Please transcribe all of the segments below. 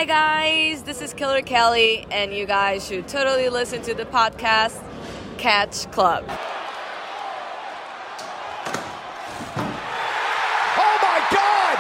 Hi guys, this is Killer Kelly and you guys should totally listen to the podcast Catch Club. Oh my God!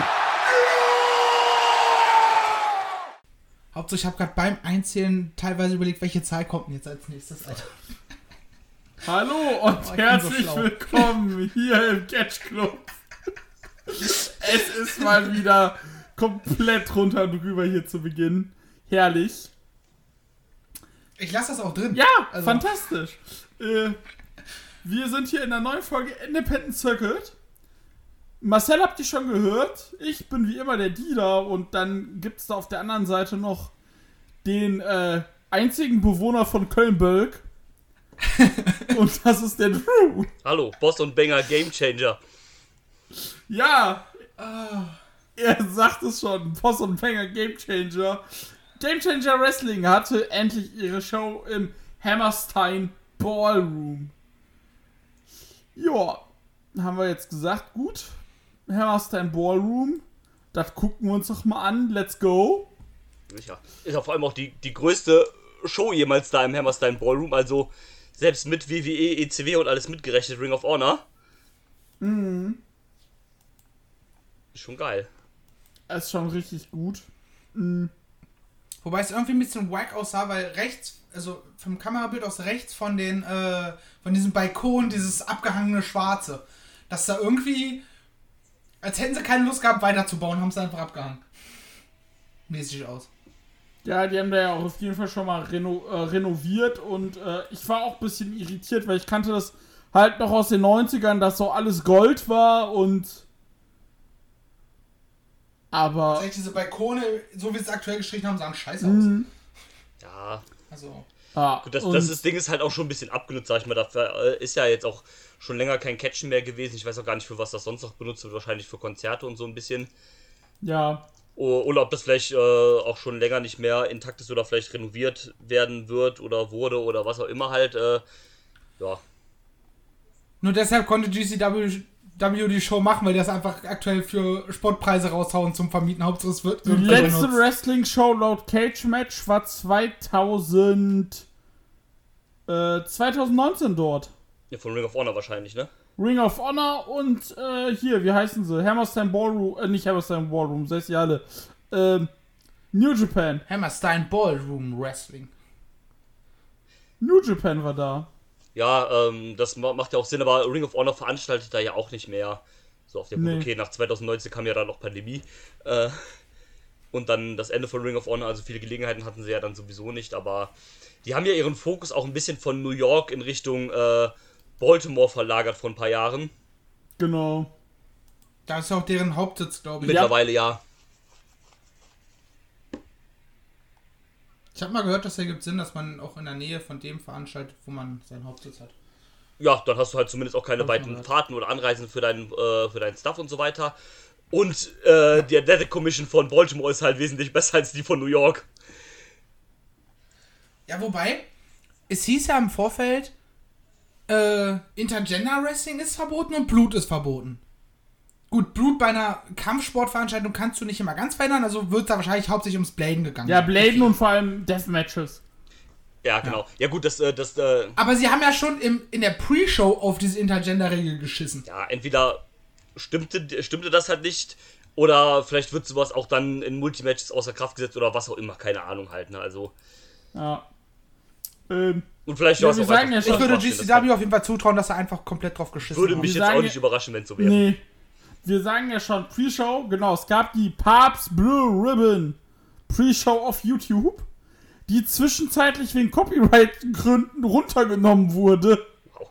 Hauptsache, ich habe gerade beim Einzählen teilweise überlegt, welche Zahl kommt denn jetzt als nächstes, Alter. Hallo und herzlich willkommen hier im Catch Club. Es ist mal wieder komplett runter und drüber hier zu Beginn. Herrlich. Ich lasse das auch drin. Ja, also. Fantastisch. Wir sind hier in der neuen Folge Independent Circuit. Marcel habt ihr schon gehört. Ich bin wie immer der Dieter und dann gibt es da auf der anderen Seite noch den einzigen Bewohner von Köln-Bölk. Und das ist der Drew. Hallo, Boss und Banger Gamechanger. Ja, er sagt es schon, Boss und Banger Gamechanger. Gamechanger Wrestling hatte endlich ihre Show im Hammerstein Ballroom. Ja, haben wir jetzt gesagt, gut. Hammerstein Ballroom, das gucken wir uns doch mal an, let's go. Ja, ist ja vor allem auch die größte Show jemals da im Hammerstein Ballroom, also selbst mit WWE, ECW und alles mitgerechnet, Ring of Honor. Mhm. Ist schon geil. Ist schon richtig gut. Mhm. Wobei es irgendwie ein bisschen wack aussah, weil rechts, also vom Kamerabild aus rechts von diesem Balkon, dieses abgehangene Schwarze, dass da irgendwie, als hätten sie keine Lust gehabt weiterzubauen, haben sie einfach abgehangen. Mäßig aus. Ja, die haben da ja auch auf jeden Fall schon mal renoviert und ich war auch ein bisschen irritiert, weil ich kannte das halt noch aus den 90ern, dass so alles Gold war und aber... Tatsächlich diese Balkone, so wie sie es aktuell gestrichen haben, sahen scheiße aus. Ja. Also... Gut, das Ding ist halt auch schon ein bisschen abgenutzt, sag ich mal. Dafür ist ja jetzt auch schon länger kein Catchen mehr gewesen. Ich weiß auch gar nicht, für was das sonst noch benutzt wird. Wahrscheinlich für Konzerte und so ein bisschen. Ja. Oder ob das vielleicht auch schon länger nicht mehr intakt ist oder vielleicht renoviert werden wird oder wurde oder was auch immer halt. Ja. Nur deshalb konnte GCW die Show machen, weil die das einfach aktuell für Sportpreise raushauen zum Vermieten. Hauptsache es wird... Die letzte Wrestling-Show laut Cage Match war 2019 dort. Ja, von Ring of Honor wahrscheinlich, ne? Ring of Honor und hier, wie heißen sie? Hammerstein Ballroom, nicht Hammerstein Ballroom, das heißt ja alle. New Japan. Hammerstein Ballroom Wrestling. New Japan war da. Ja, das macht ja auch Sinn, aber Ring of Honor veranstaltet da ja auch nicht mehr. So auf der okay, nach 2019 kam ja dann noch Pandemie. Und dann das Ende von Ring of Honor, also viele Gelegenheiten hatten sie ja dann sowieso nicht, aber die haben ja ihren Fokus auch ein bisschen von New York in Richtung Baltimore verlagert vor ein paar Jahren. Genau. Da ist auch deren Hauptsitz, glaube ich. Mittlerweile ja. Ich habe mal gehört, das ergibt Sinn, dass man auch in der Nähe von dem veranstaltet, wo man seinen Hauptsitz hat. Ja, dann hast du halt zumindest auch keine weiten Fahrten oder Anreisen für deinen Stuff und so weiter. Und die Athletic Commission von Baltimore ist halt wesentlich besser als die von New York. Ja, wobei, es hieß ja im Vorfeld, Intergender Wrestling ist verboten und Blut ist verboten. Gut, Blut bei einer Kampfsportveranstaltung kannst du nicht immer ganz verändern, also wird es da wahrscheinlich hauptsächlich ums Bladen gegangen. Ja, Bladen und vor allem Deathmatches. Ja, genau. Ja gut, aber sie haben ja schon in der Pre-Show auf diese Intergender-Regel geschissen. Ja, entweder stimmte das halt nicht, oder vielleicht wird sowas auch dann in Multimatches außer Kraft gesetzt oder was auch immer, keine Ahnung halt, ne, also. Ja. Und vielleicht ja, wir sagen ja schon, ich würde GCW auf jeden Fall zutrauen, dass er einfach komplett drauf geschissen hat. Würde mich jetzt auch nicht überraschen, wenn es so wäre. Nee. Wir sagen ja schon Pre-Show, genau, es gab die Papst Blue Ribbon Pre-Show auf YouTube, die zwischenzeitlich wegen Copyright-Gründen runtergenommen wurde. Wow.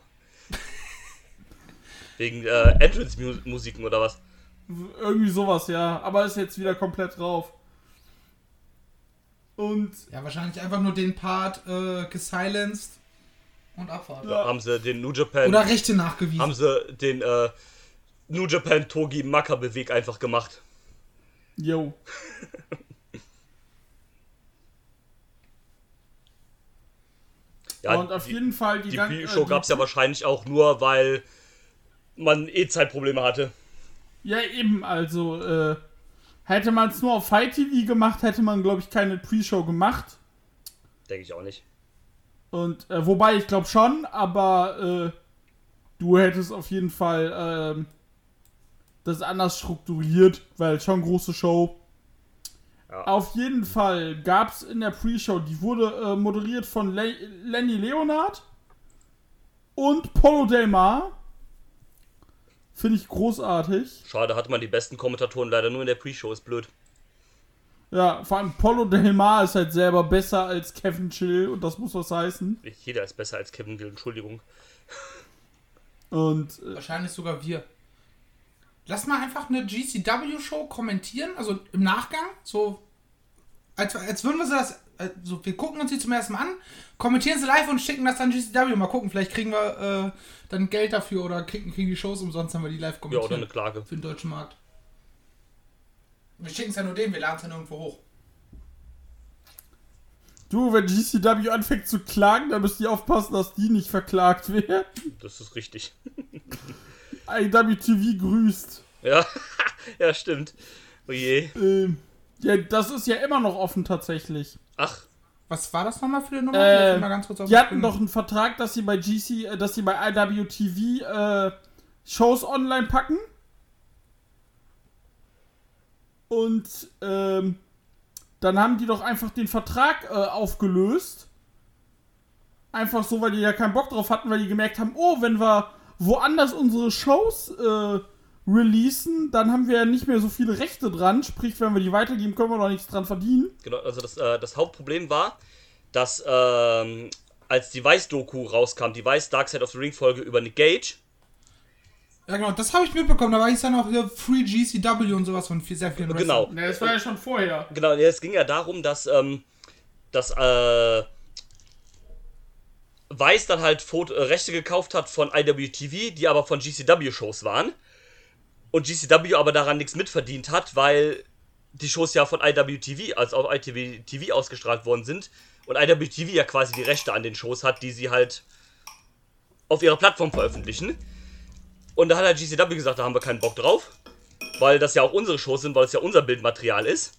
Wegen Entrance-Musiken oder was? Irgendwie sowas, ja, aber ist jetzt wieder komplett drauf. Und ja, wahrscheinlich einfach nur den Part gesilenced und Abfahrt. Ja. Haben sie den New Japan... Oder Rechte nachgewiesen. Haben sie den New Japan Togi Makabe-Weg einfach gemacht. Jo. Ja, und auf jeden Fall die Pre-Show gab es ja wahrscheinlich auch nur, weil man Zeitprobleme hatte. Ja, eben, also Hätte man es nur auf Fight TV gemacht, hätte man, glaube ich, keine Pre-Show gemacht. Denke ich auch nicht. Und, wobei, ich glaube schon, aber du hättest auf jeden Fall das anders strukturiert, weil schon große Show. Ja. Auf jeden Fall gab es in der Pre-Show, die wurde moderiert von Lenny Leonard und Paulo Del Mar. Finde ich großartig. Schade, hatte man die besten Kommentatoren leider nur in der Pre-Show, ist blöd. Ja, vor allem Paulo Del Mar ist halt selber besser als Kevin Gill und das muss was heißen. Nicht jeder ist besser als Kevin Gill, Entschuldigung. Und Wahrscheinlich sogar wir. Lass mal einfach eine GCW-Show kommentieren, also im Nachgang, so als würden wir sie das, also wir gucken uns die zum ersten Mal an, kommentieren sie live und schicken das dann GCW, mal gucken, vielleicht kriegen wir dann Geld dafür oder kriegen die Shows umsonst, haben wir die live Ja, kommentiert. oder eine Klage. Für den deutschen Markt. Wir schicken es ja nur denen, wir laden es ja nirgendwo hoch. du, wenn GCW anfängt zu klagen, dann müsst ihr aufpassen, dass die nicht verklagt werden. Das ist richtig. IWTV grüßt. Ja, ja, stimmt. Oh je. Ja, das ist ja immer noch offen tatsächlich. Ach, Was war das nochmal für eine Nummer? Mal ganz kurz auf Die hatten doch einen Vertrag, dass sie bei IWTV Shows online packen. Und dann haben die doch einfach den Vertrag aufgelöst. Einfach so, weil die ja keinen Bock drauf hatten, weil die gemerkt haben, oh, wenn wir woanders unsere Shows releasen, dann haben wir ja nicht mehr so viele Rechte dran. Sprich, wenn wir die weitergeben, können wir doch nichts dran verdienen. genau, also das Hauptproblem war, dass als die Vice-Doku rauskam, die Vice Dark Side of the Ring-Folge über Nick Gage, Ja genau, das habe ich mitbekommen, da war ich dann auch hier Free GCW und sowas von sehr vielen genau, Ne, das war ja schon vorher. genau, es ging ja darum, dass Vice dann halt Rechte gekauft hat von IWTV, die aber von GCW-Shows waren. Und GCW aber daran nichts mitverdient hat, weil die Shows ja von IWTV, also auf IWTV ausgestrahlt worden sind. Und IWTV ja quasi die Rechte an den Shows hat, die sie halt auf ihrer Plattform veröffentlichen. Und da hat halt GCW gesagt, da haben wir keinen Bock drauf. Weil das ja auch unsere Shows sind, weil es ja unser Bildmaterial ist.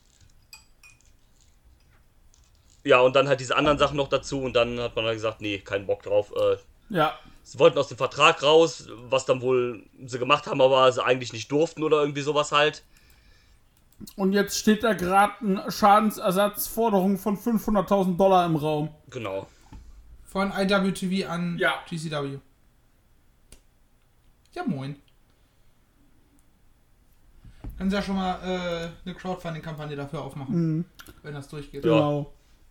Ja, und dann halt diese anderen Sachen noch dazu und dann hat man halt gesagt, nee, keinen Bock drauf. Ja. Sie wollten aus dem Vertrag raus, was dann wohl sie gemacht haben, aber sie eigentlich nicht durften oder irgendwie sowas halt. Und jetzt steht da gerade eine Schadensersatzforderung von $500.000 im Raum. Genau. Von IWTV an Ja. GCW. Ja, moin. Können Sie ja schon mal eine Crowdfunding-Kampagne dafür aufmachen, wenn das durchgeht. Ja. Genau.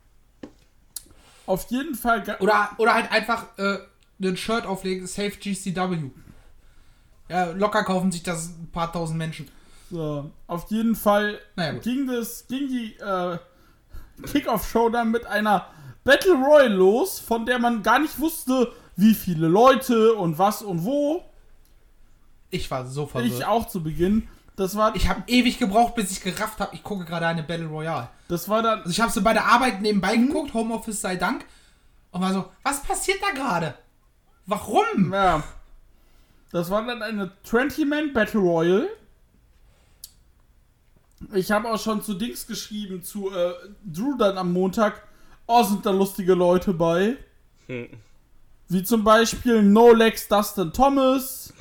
Auf jeden Fall. Oder halt einfach ein Shirt auflegen, Save GCW. Ja, locker kaufen sich das ein paar tausend Menschen. So, auf jeden Fall Naja, gut. ging die Kickoff-Show dann mit einer Battle Royale los, von der man gar nicht wusste, wie viele Leute und was und wo. Ich war so verwirrt. Ich auch zu Beginn. Das war, Ich habe ewig gebraucht, bis ich gerafft habe, ich gucke gerade eine Battle Royale. das war dann, Also ich habe sie bei der Arbeit nebenbei geguckt, Homeoffice sei Dank. Und war so, was passiert da gerade? Warum? ja, das war dann eine 20-Man Battle Royale. Ich habe auch schon zu Dings geschrieben, zu Drew dann am Montag. Oh, sind da lustige Leute bei. Wie zum Beispiel No Legs Dustin Thomas.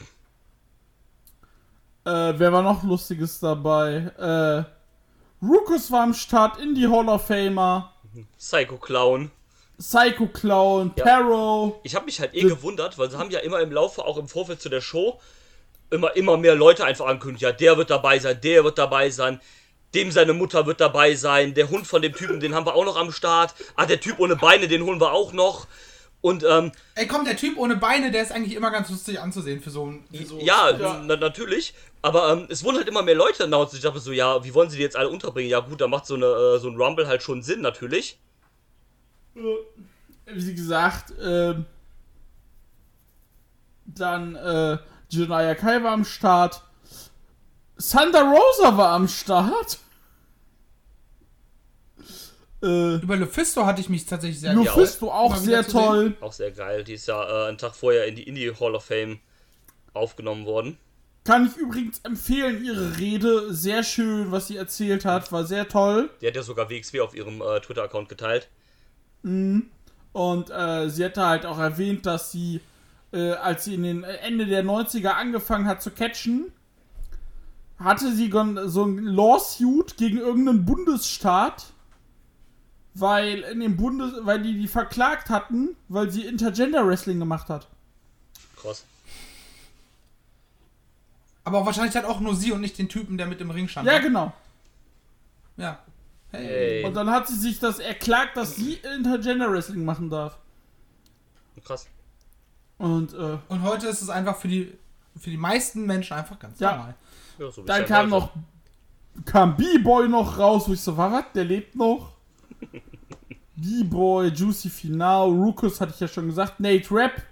Wer war noch Lustiges dabei? Rukus war am Start, Indie Hall of Famer, Psycho Clown. Psycho Clown, Ja. Perro. Ich habe mich halt gewundert, weil sie haben ja immer im Laufe, auch im Vorfeld zu der Show, immer mehr Leute einfach ankündigt. Ja, der wird dabei sein, der wird dabei sein, dem seine Mutter wird dabei sein, der Hund von dem Typen, den haben wir auch noch am Start. Ah, der Typ ohne Beine, den holen wir auch noch. Und, Ey, komm, der Typ ohne Beine, der ist eigentlich immer ganz lustig anzusehen für so ein... natürlich. Aber es wurden halt immer mehr Leute announced. Ich dachte so, ja, wie wollen sie die jetzt alle unterbringen? Ja gut, da macht so ein Rumble halt schon Sinn, natürlich. Wie gesagt, dann Janaya Kai war am Start. Thunder Rosa war am Start. Über Lufisto hatte ich mich tatsächlich sehr gefreut. Lufisto auch mal wieder sehr zu sehen. toll. Auch sehr geil. Die ist ja einen Tag vorher in die Indie Hall of Fame aufgenommen worden. Kann ich übrigens empfehlen, ihre Rede. Sehr schön, was sie erzählt hat. War sehr toll. Die hat ja sogar WXW auf ihrem Twitter-Account geteilt. Und sie hatte halt auch erwähnt, dass sie, als sie in den Ende der 90er angefangen hat zu catchen, hatte sie so ein Lawsuit gegen irgendeinen Bundesstaat, weil die verklagt hatten, weil sie Intergender Wrestling gemacht hat. Krass. Aber wahrscheinlich hat auch nur sie und nicht den Typen, der mit im Ring stand. Ja, genau. Ja. Hey. Und dann hat sie sich das erklagt, dass sie Intergender Wrestling machen darf. Krass. Und heute ist es einfach für die meisten Menschen einfach ganz normal. Ja, so wie dann es sein sollte. kam B-Boy noch raus, wo ich so, was? Der lebt noch? B-Boy, Juicy Finale, Rukus hatte ich ja schon gesagt, Nate Rapp.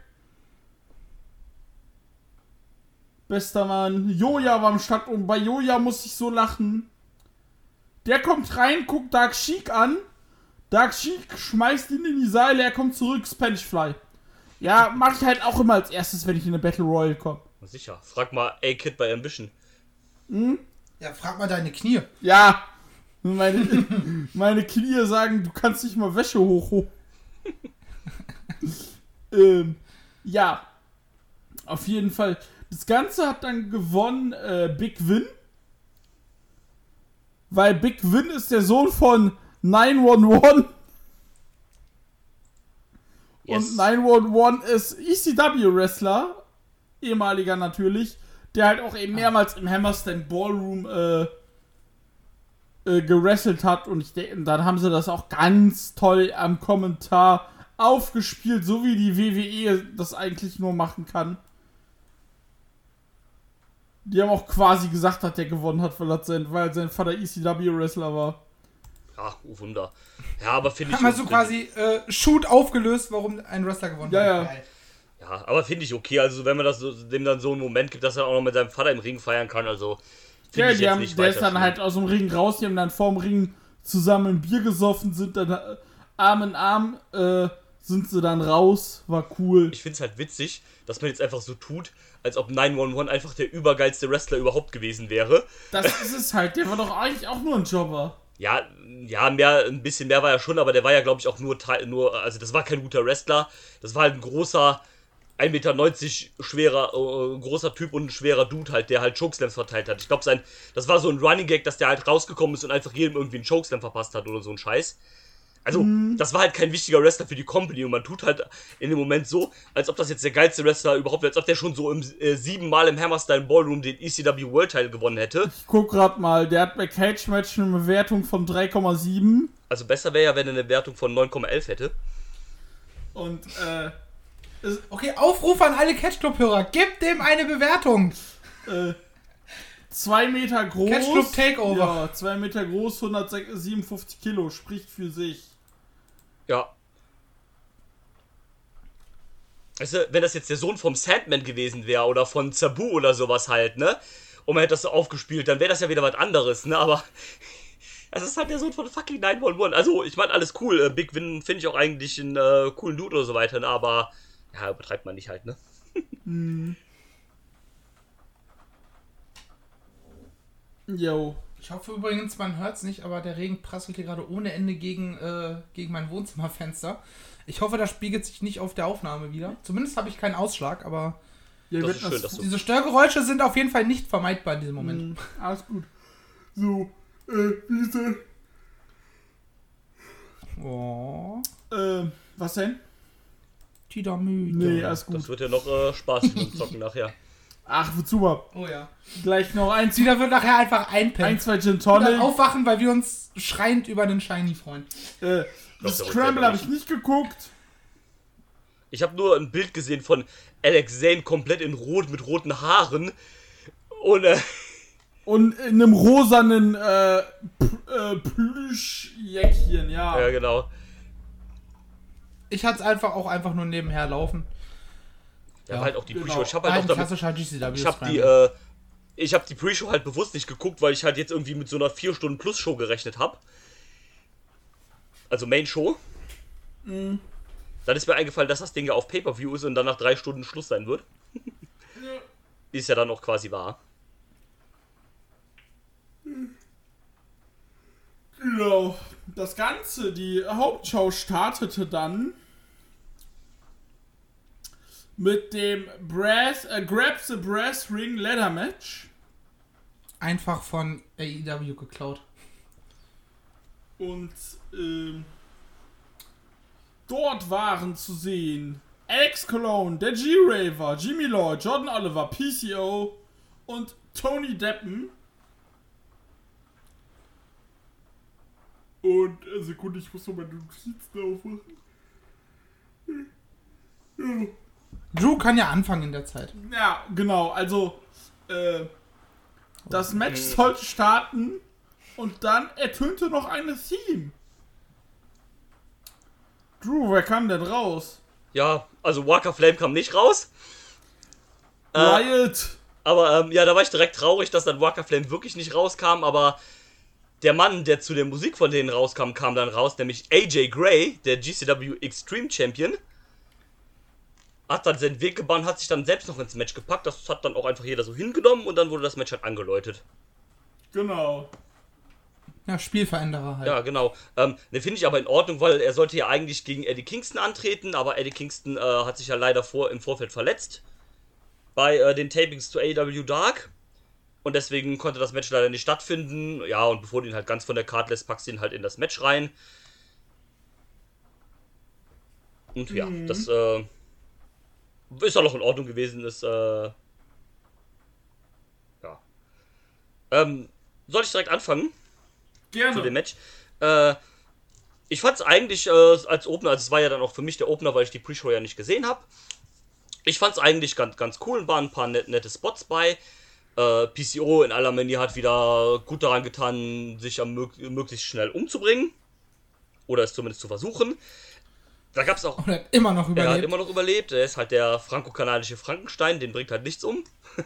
Bester Mann. Joja war am Start und bei Joja muss ich so lachen. Der kommt rein, guckt Dark Sheik an. Dark Sheik schmeißt ihn in die Seile, er kommt zurück, Spanish Fly. Ja, mach ich halt auch immer als erstes, wenn ich in eine Battle Royale komme. Sicher. Frag mal A-Kid bei Ambition. Ja, frag mal deine Knie. Ja. Meine Knie sagen, du kannst nicht mal Wäsche hoch. Ja. Auf jeden Fall. Das Ganze hat dann gewonnen Big Win. Weil Big Win ist der Sohn von 911. Yes. Und 911 ist ECW-Wrestler. Ehemaliger natürlich. Der halt auch eben mehrmals im Hammerstand Ballroom gewrestelt hat. Und dann haben sie das auch ganz toll am Kommentar aufgespielt, so wie die WWE das eigentlich nur machen kann. Die haben auch quasi gesagt, dass der gewonnen hat, weil sein Vater ECW-Wrestler war. Ach, Wunder. Ja, aber finde ich... Haben wir so quasi Shoot aufgelöst, warum ein Wrestler gewonnen hat. Ja. Geil. Ja, aber finde ich okay. Also, wenn man dem dann so einen Moment gibt, dass er auch noch mit seinem Vater im Ring feiern kann, also... Ja, der ist dann halt aus dem Ring raus, die haben dann vorm Ring zusammen ein Bier gesoffen, sind dann Arm in Arm, sind sie dann raus, war cool. Ich finde es halt witzig, dass man jetzt einfach so tut, als ob 911 einfach der übergeilste Wrestler überhaupt gewesen wäre. Das ist es halt, der war doch eigentlich auch nur ein Jobber. Ja, ein bisschen mehr war er schon, aber der war ja, glaube ich, auch nur, also das war kein guter Wrestler, das war halt ein großer, 1,90 Meter schwerer, großer Typ und ein schwerer Dude halt, der halt Chokeslams verteilt hat. Ich glaube, das war so ein Running Gag, dass der halt rausgekommen ist und einfach jedem irgendwie einen Chokeslam verpasst hat oder so ein Scheiß. Also, das war halt kein wichtiger Wrestler für die Company und man tut halt in dem Moment so, als ob das jetzt der geilste Wrestler überhaupt wäre, als ob der schon so 7-mal im Hammerstein Ballroom den ECW World Title gewonnen hätte. Ich guck grad mal, der hat bei Cage Match eine Bewertung von 3,7. Also besser wäre ja, wenn er eine Wertung von 9,11 hätte. Und, Okay, Aufruf an alle Catch Club-Hörer. Gebt dem eine Bewertung. 2 Meter groß. Catch Club Takeover. Ja, 2 Meter groß, 157 Kilo, spricht für sich. Ja. Weißt du, wenn das jetzt der Sohn vom Sandman gewesen wäre oder von Sabu oder sowas halt, ne? Und man hätte das so aufgespielt, dann wäre das ja wieder was anderes, ne? Aber es ist halt der Sohn von fucking 911. Also, ich meine, alles cool. Big Win finde ich auch eigentlich einen coolen Dude oder so weiter, ne? Aber ja, übertreibt man nicht halt, ne? Jo. Ich hoffe übrigens, man hört es nicht, aber der Regen prasselt hier gerade ohne Ende gegen mein Wohnzimmerfenster. Ich hoffe, das spiegelt sich nicht auf der Aufnahme wieder. Zumindest habe ich keinen Ausschlag, aber Ja, Das ist schön, dass du... diese Störgeräusche sind auf jeden Fall nicht vermeidbar in diesem Moment. Alles gut. So, diese. Oh, Was denn? Tida müde. Nee, alles gut. Das wird ja noch spaßig mit dem Zocken nachher. Ach, wozu mal? Oh ja. Gleich noch Tida wird nachher einfach einpennen. 2 Gin Und dann Tonic. aufwachen, weil wir uns schreiend über den Shiny freuen. Das der Scramble wollte habe ich nicht geguckt. Ich habe nur ein Bild gesehen von Alex Zane komplett in Rot mit roten Haaren. Und Und in einem rosanen Plüschjäckchen, ja. ja, genau. Ich hatte es einfach nur nebenher laufen. Ja, Ja, halt auch die genau. Pre-Show. Ich habe halt auch damit, klassischer GCW. ich habe die Pre-Show halt bewusst nicht geguckt, weil ich halt jetzt irgendwie mit so einer 4-Stunden-Plus-Show gerechnet habe. Also Main-Show. Dann ist mir eingefallen, dass das Ding ja auf Pay-Per-View ist und dann nach 3 Stunden Schluss sein wird. wie es ja dann auch quasi war. Genau. Das Ganze, die Hauptschau startete dann mit dem Grab the Brass Ring Ladder Match. Einfach von AEW geklaut. Und dort waren zu sehen Alex Colon, der G-Raver, Jimmy Lloyd, Jordan Oliver, PCO und Tony Deppen. Und, Sekunde, ich muss noch meine Notizen aufmachen. Drew kann ja anfangen in der Zeit. Ja, genau, also, das Match sollte starten und dann ertönte noch eine Theme. Drew, wer kam denn raus? Ja, also Walker Flame kam nicht raus. Riot. Aber ja, da war ich direkt traurig, dass dann Walker Flame wirklich nicht rauskam, aber der Mann, der zu der Musik von denen rauskam, kam dann raus, nämlich AJ Gray, der GCW Extreme Champion. Hat dann seinen Weg gebahnt, hat sich dann selbst noch ins Match gepackt, das hat dann auch einfach jeder so hingenommen und dann wurde das Match halt angeläutet. Genau. Ja, Spielveränderer halt. Ja, genau. Den finde ich aber in Ordnung, weil er sollte ja eigentlich gegen Eddie Kingston antreten, aber Eddie Kingston hat sich ja leider im Vorfeld verletzt. Bei den Tapings zu AEW Dark. Und deswegen konnte das Match leider nicht stattfinden. Ja, und bevor du ihn halt ganz von der Card lässt, packst du ihn halt in das Match rein. Und ja, das ist auch noch in Ordnung gewesen. Ist, ja. Soll ich direkt anfangen? Gerne. Zu dem Match. Ich fand es eigentlich als Opener, also es war ja dann auch für mich der Opener, weil ich die Pre-Show ja nicht gesehen habe. Ich fand es eigentlich ganz cool, waren ein paar nette Spots bei. PCO in aller Manier hat wieder gut daran getan, sich möglichst schnell umzubringen. Oder es zumindest zu versuchen. Da gab es auch... Und er hat immer noch überlebt. Er hat immer noch überlebt. Er ist halt der franko-kanadische Frankenstein, den bringt halt nichts um.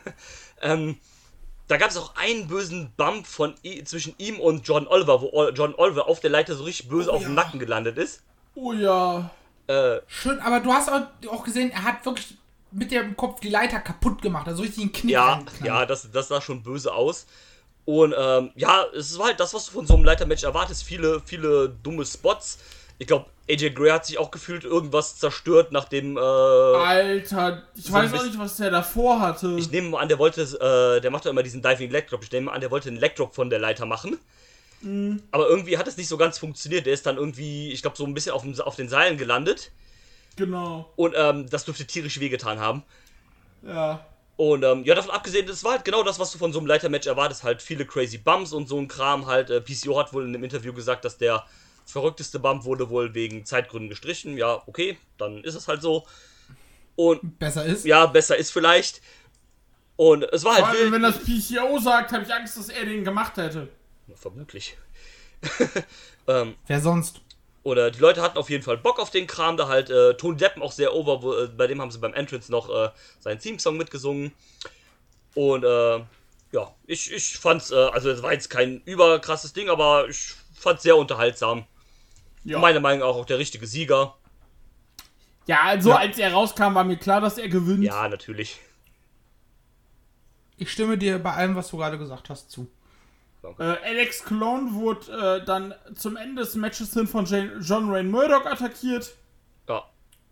Da gab es auch einen bösen Bump zwischen ihm und Jordan Oliver, wo Jordan Oliver auf der Leiter so richtig böse auf dem Nacken gelandet ist. Oh ja. Schön, aber du hast auch gesehen, er hat wirklich mit dem Kopf die Leiter kaputt gemacht, also richtig einen Knick. Ja, das sah schon böse aus. Und ja, es war halt das, was du von so einem Leitermatch erwartest. Viele dumme Spots. Ich glaube, AJ Gray hat sich auch gefühlt irgendwas zerstört, nachdem... Alter, ich so weiß auch nicht, was der davor hatte. Ich nehme mal an, der macht doch immer diesen Diving Leg Drop. Ich nehme mal an, der wollte einen Leg Drop von der Leiter machen. Aber irgendwie hat es nicht so ganz funktioniert. Der ist dann irgendwie, ich glaube, so ein bisschen auf den Seilen gelandet. Genau. Und das dürfte tierisch wehgetan haben. Ja. Und ja, davon abgesehen, das war halt genau das, was du von so einem Leitermatch erwartest. Halt viele crazy Bumps und so ein Kram. Halt, PCO hat wohl in einem Interview gesagt, dass der verrückteste Bump wurde wohl wegen Zeitgründen gestrichen. Ja, okay, dann ist es halt so. Und besser ist? Ja, besser ist vielleicht. Und es war halt... Vor allem, wenn das PCO sagt, habe ich Angst, dass er den gemacht hätte. Ja, vermutlich. Wer sonst? Oder die Leute hatten auf jeden Fall Bock auf den Kram, da halt Tony Deppen auch sehr over, bei dem haben sie beim Entrance noch seinen Theme-Song mitgesungen. Und ja, ich fand's, also es war jetzt kein überkrasses Ding, aber ich fand's sehr unterhaltsam. Ja. Meiner Meinung nach auch der richtige Sieger. Ja, also als er rauskam, war mir klar, dass er gewinnt. Ja, natürlich. Ich stimme dir bei allem, was du gerade gesagt hast, zu. Alex Colon wurde dann zum Ende des Matches hin von John Wayne Murdoch attackiert. Ja.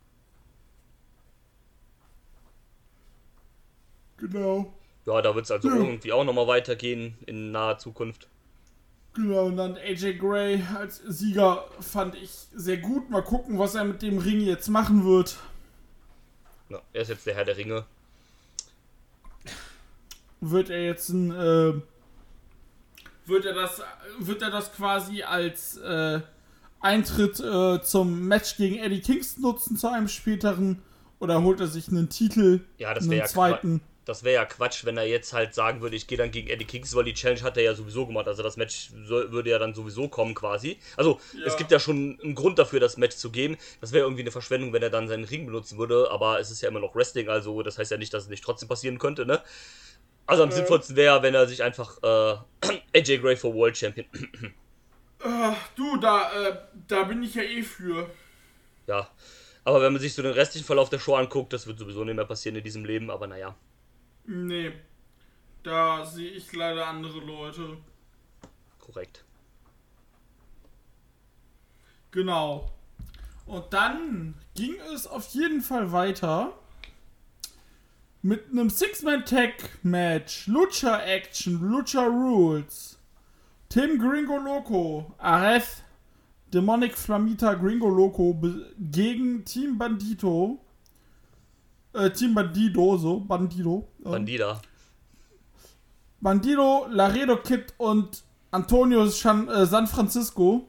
Genau. Ja, da wird es also irgendwie auch nochmal weitergehen in naher Zukunft. Genau, und dann AJ Gray als Sieger fand ich sehr gut. Mal gucken, was er mit dem Ring jetzt machen wird. Ja, er ist jetzt der Herr der Ringe. Wird er jetzt wird er das quasi als Eintritt zum Match gegen Eddie Kingston nutzen zu einem späteren, oder holt er sich einen Titel, Ja, das einen wäre ja zweiten? Das wäre ja Quatsch, wenn er jetzt halt sagen würde, ich gehe dann gegen Eddie Kingston, weil die Challenge hat er ja sowieso gemacht. Also das Match würde ja dann sowieso kommen quasi. Also es gibt ja schon einen Grund dafür, das Match zu geben. Das wäre irgendwie eine Verschwendung, wenn er dann seinen Ring benutzen würde. Aber es ist ja immer noch Wrestling, also das heißt ja nicht, dass es nicht trotzdem passieren könnte, ne? Also am sinnvollsten wäre, wenn er sich einfach AJ Gray for World Champion. Du, da bin ich ja eh für. Ja, aber wenn man sich so den restlichen Verlauf der Show anguckt, das wird sowieso nicht mehr passieren in diesem Leben, aber naja. Nee. Da sehe ich leider andere Leute. Korrekt. Genau. Und dann ging es auf jeden Fall weiter mit einem Six-Man-Tag-Match. Lucha Action, Lucha Rules. Team Gringo Loco, Aref, Demonic Flamita Gringo Loco gegen Team Bandido. Team Bandido, so, Bandido. Bandida. Bandido, Laredo Kid und Antonio San Francisco.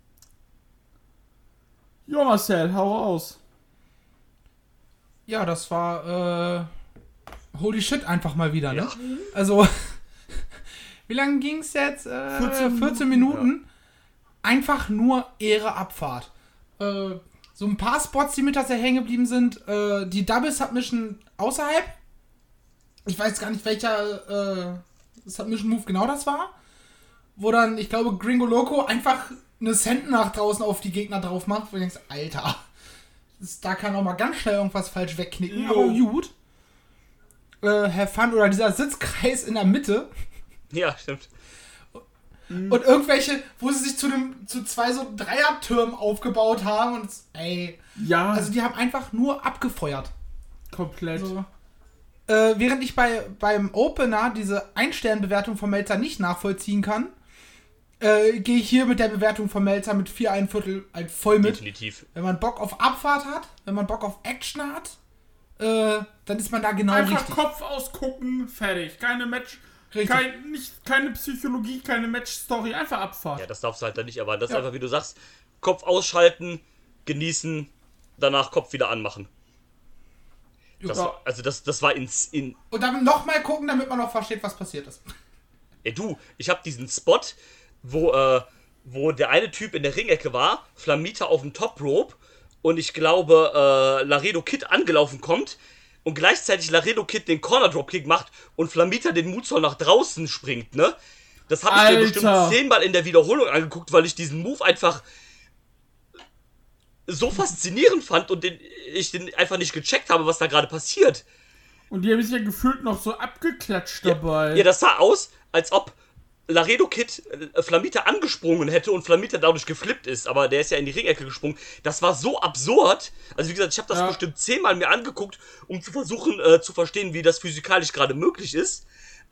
Jo, Marcel, hau raus. Ja, das war holy shit einfach mal wieder, ne? Ja. Also, wie lange ging es jetzt? 14 Minuten. Ja. Einfach nur Ehre Abfahrt. So ein paar Spots, die mir tatsächlich hängen geblieben sind. Die Double Submission außerhalb. Ich weiß gar nicht, welcher Submission Move genau das war. Wo dann, ich glaube, Gringo Loco einfach eine Cent nach draußen auf die Gegner drauf macht. Wo du denkst, Alter, da kann auch mal ganz schnell irgendwas falsch wegknicken. Jo. Aber gut. Have fun. Oder dieser Sitzkreis in der Mitte. Ja, stimmt. Und irgendwelche, wo sie sich zu zwei so Dreiertürmen aufgebaut haben und ja. Also die haben einfach nur abgefeuert. Komplett. Also, während ich beim Opener diese Ein-Stern-Bewertung von Melzer nicht nachvollziehen kann, gehe ich hier mit der Bewertung von Melzer mit 4,25 halt voll mit. Definitiv. Wenn man Bock auf Abfahrt hat, wenn man Bock auf Action hat, dann ist man da genau einfach richtig. Kopf ausgucken, fertig. Keine Match... Keine Psychologie, keine Match-Story, einfach Abfahrt. Ja, das darfst du halt dann nicht erwarten. Das ist einfach, wie du sagst, Kopf ausschalten, genießen, danach Kopf wieder anmachen. Das war in... Und dann nochmal gucken, damit man noch versteht, was passiert ist. Ey du, ich hab diesen Spot, wo der eine Typ in der Ringecke war, Flamita auf dem Top Rope und ich glaube, Laredo Kid angelaufen kommt, und gleichzeitig Laredo Kid den Corner Dropkick macht und Flamita den Moonsault nach draußen springt, ne? Das habe ich mir bestimmt 10-mal in der Wiederholung angeguckt, weil ich diesen Move einfach so faszinierend fand und ich den einfach nicht gecheckt habe, was da gerade passiert. Und die haben sich ja gefühlt noch so abgeklatscht dabei. Ja, das sah aus, als ob Laredo Kid Flamita angesprungen hätte und Flamita dadurch geflippt ist, aber der ist ja in die Ringecke gesprungen. Das war so absurd. Also wie gesagt, ich habe das bestimmt 10-mal mir angeguckt, um zu versuchen zu verstehen, wie das physikalisch gerade möglich ist.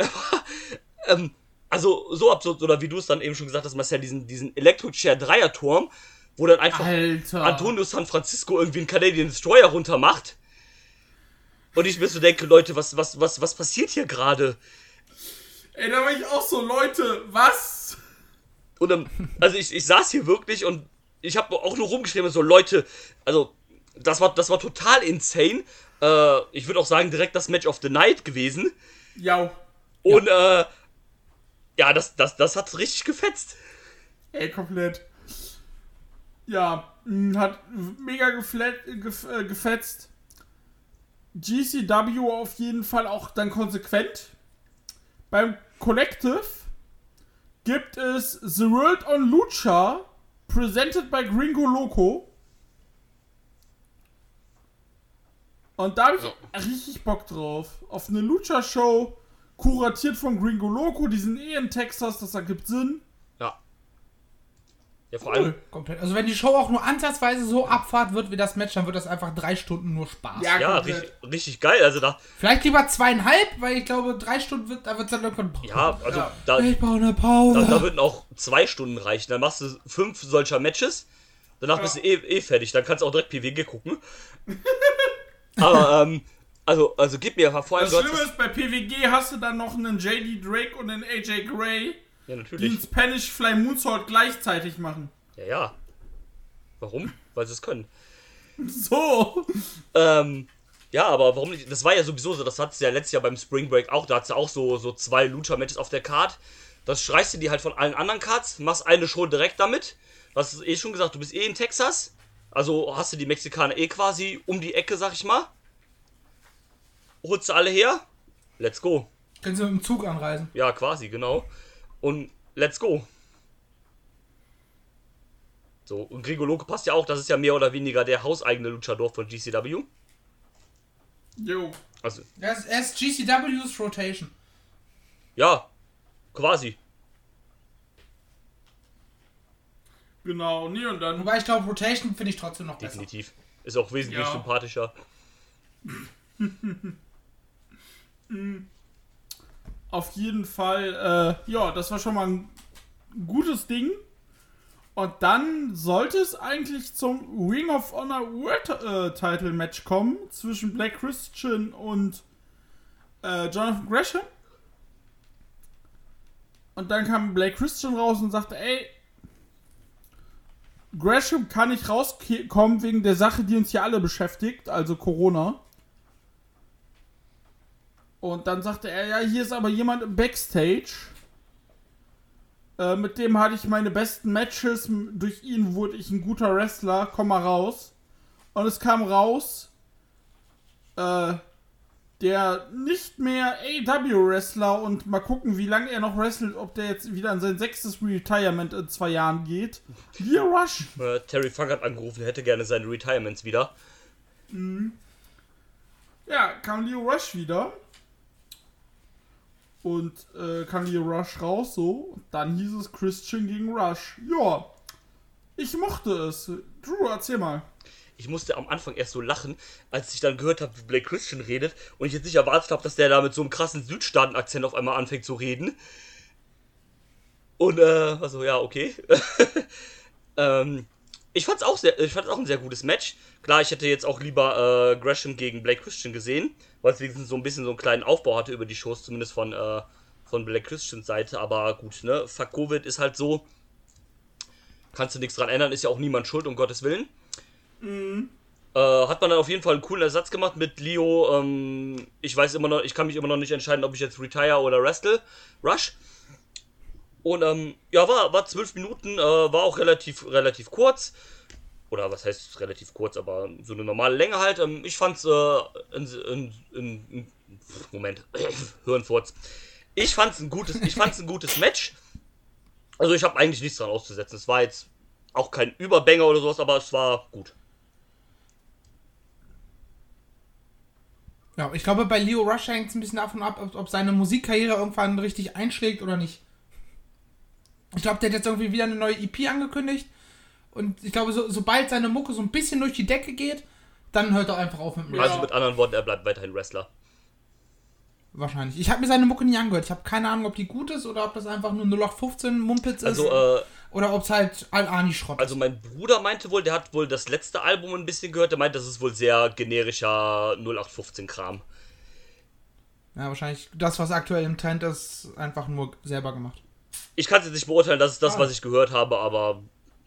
Also so absurd, oder wie du es dann eben schon gesagt hast, Marcel, diesen Electro-Chair-Dreier-Turm, wo dann einfach Antonio San Francisco irgendwie einen Canadian Destroyer runter macht. Und ich mir so denke, Leute, was passiert hier gerade? Ey, da war ich auch so, Leute, was? Und also ich saß hier wirklich und ich habe auch nur rumgeschrieben, so Leute, also das war total insane. Ich würde auch sagen, direkt das Match of the Night gewesen. Ja. Und das hat richtig gefetzt. Ey, komplett. Ja, hat mega gefetzt. GCW auf jeden Fall auch dann konsequent. Beim Collective gibt es The World on Lucha, presented by Gringo Loco. Und da habe ich richtig Bock drauf. Auf eine Lucha-Show, kuratiert von Gringo Loco, die sind in Texas, das ergibt Sinn. Ja, vor allem. Komplett. Also wenn die Show auch nur ansatzweise so abfahrt wird wie das Match, dann wird das einfach 3 Stunden nur Spaß. Ja, richtig geil. Also da. Vielleicht lieber 2,5, weil ich glaube 3 Stunden wird dann irgendwann. Ja, also da. Ich brauche eine Pause. Da würden auch 2 Stunden reichen. Dann machst du 5 solcher Matches. Danach bist du eh fertig. Dann kannst du auch direkt PWG gucken. Aber also gib mir vor allem. Das Schlimme ist, bei PWG hast du dann noch einen JD Drake und einen AJ Gray. Ja, natürlich. Die einen Spanish Fly Moonsault gleichzeitig machen. Ja. Warum? Weil sie es können. So. Ja, aber warum nicht? Das war ja sowieso so, das hattest du ja letztes Jahr beim Spring Break auch, da hattest du auch so 2 Lucha-Matches auf der Card. Das streichst du dir halt von allen anderen Cards, machst eine Show direkt damit. Du hast eh schon gesagt, du bist in Texas. Also hast du die Mexikaner quasi um die Ecke, sag ich mal. Holst du alle her? Let's go. Können sie mit dem Zug anreisen? Ja, quasi, genau. Und let's go. So, und Gringo Loco passt ja auch, das ist ja mehr oder weniger der hauseigene Luchador von GCW. Jo. Also, Er ist GCW's Rotation. ja, quasi. Genau, nee, und dann... Wobei ich glaube, Rotation finde ich trotzdem noch besser. Definitiv. Ist auch wesentlich sympathischer. Auf jeden Fall, ja, das war schon mal ein gutes Ding. Und dann sollte es eigentlich zum Ring of Honor World Title Match kommen zwischen Black Christian und Jonathan Gresham. Und dann kam Black Christian raus und sagte, ey, Gresham kann nicht rauskommen wegen der Sache, die uns hier alle beschäftigt, also Corona. Und dann sagte er, ja, hier ist aber jemand im Backstage. Mit dem hatte ich meine besten Matches. Durch ihn wurde ich ein guter Wrestler. Komm mal raus. Und es kam raus, der nicht mehr AEW-Wrestler und mal gucken, wie lange er noch wrestelt, ob der jetzt wieder in sein 6. Retirement in 2 Jahren geht. Lio Rush. Terry Funk hat angerufen, hätte gerne seine Retirements wieder. Ja, kam Lio Rush wieder. Und kam Lio Rush raus, so. Und dann hieß es Christian gegen Rush. Ja, ich mochte es. Drew, erzähl mal. Ich musste am Anfang erst so lachen, als ich dann gehört habe, wie Blake Christian redet und ich jetzt nicht erwartet habe, dass der da mit so einem krassen Südstaaten-Akzent auf einmal anfängt zu reden. Und, also, ja, okay. Ich fand auch ein sehr gutes Match. Klar, ich hätte jetzt auch lieber Gresham gegen Blake Christian gesehen, weil es wenigstens so ein bisschen so einen kleinen Aufbau hatte über die Shows, zumindest von Blake Christians Seite. Aber gut, ne, fuck Covid ist halt so. Kannst du nichts dran ändern, ist ja auch niemand schuld, um Gottes Willen. Hat man dann auf jeden Fall einen coolen Ersatz gemacht mit Lio. Ich kann mich immer noch nicht entscheiden, ob ich jetzt retire oder wrestle. Rush. Und ja, war 12 Minuten, war auch relativ kurz. Oder was heißt relativ kurz, aber so eine normale Länge halt. Ich fand's Moment, Hirnfurz. Ich fand's ein gutes Match. Also ich habe eigentlich nichts dran auszusetzen. Es war jetzt auch kein Überbanger oder sowas, aber es war gut. Ja, ich glaube, bei Lio Rush hängt es ein bisschen davon ab, ob seine Musikkarriere irgendwann richtig einschlägt oder nicht. Ich glaube, der hat jetzt irgendwie wieder eine neue EP angekündigt. Und ich glaube, sobald seine Mucke so ein bisschen durch die Decke geht, dann hört er einfach auf mit dem Wrestling. Also mit anderen Worten, er bleibt weiterhin Wrestler. Wahrscheinlich. Ich habe mir seine Mucke nie angehört. Ich habe keine Ahnung, ob die gut ist oder ob das einfach nur 0815 Mumpitz ist. Also, oder ob es halt Al-Ani-Schrott ist. Also mein Bruder meinte wohl, der hat wohl das letzte Album ein bisschen gehört. Der meint, das ist wohl sehr generischer 0815-Kram. Ja, wahrscheinlich das, was aktuell im Trend ist, einfach nur selber gemacht. Ich kann es jetzt nicht beurteilen, das ist das, was ich gehört habe, aber...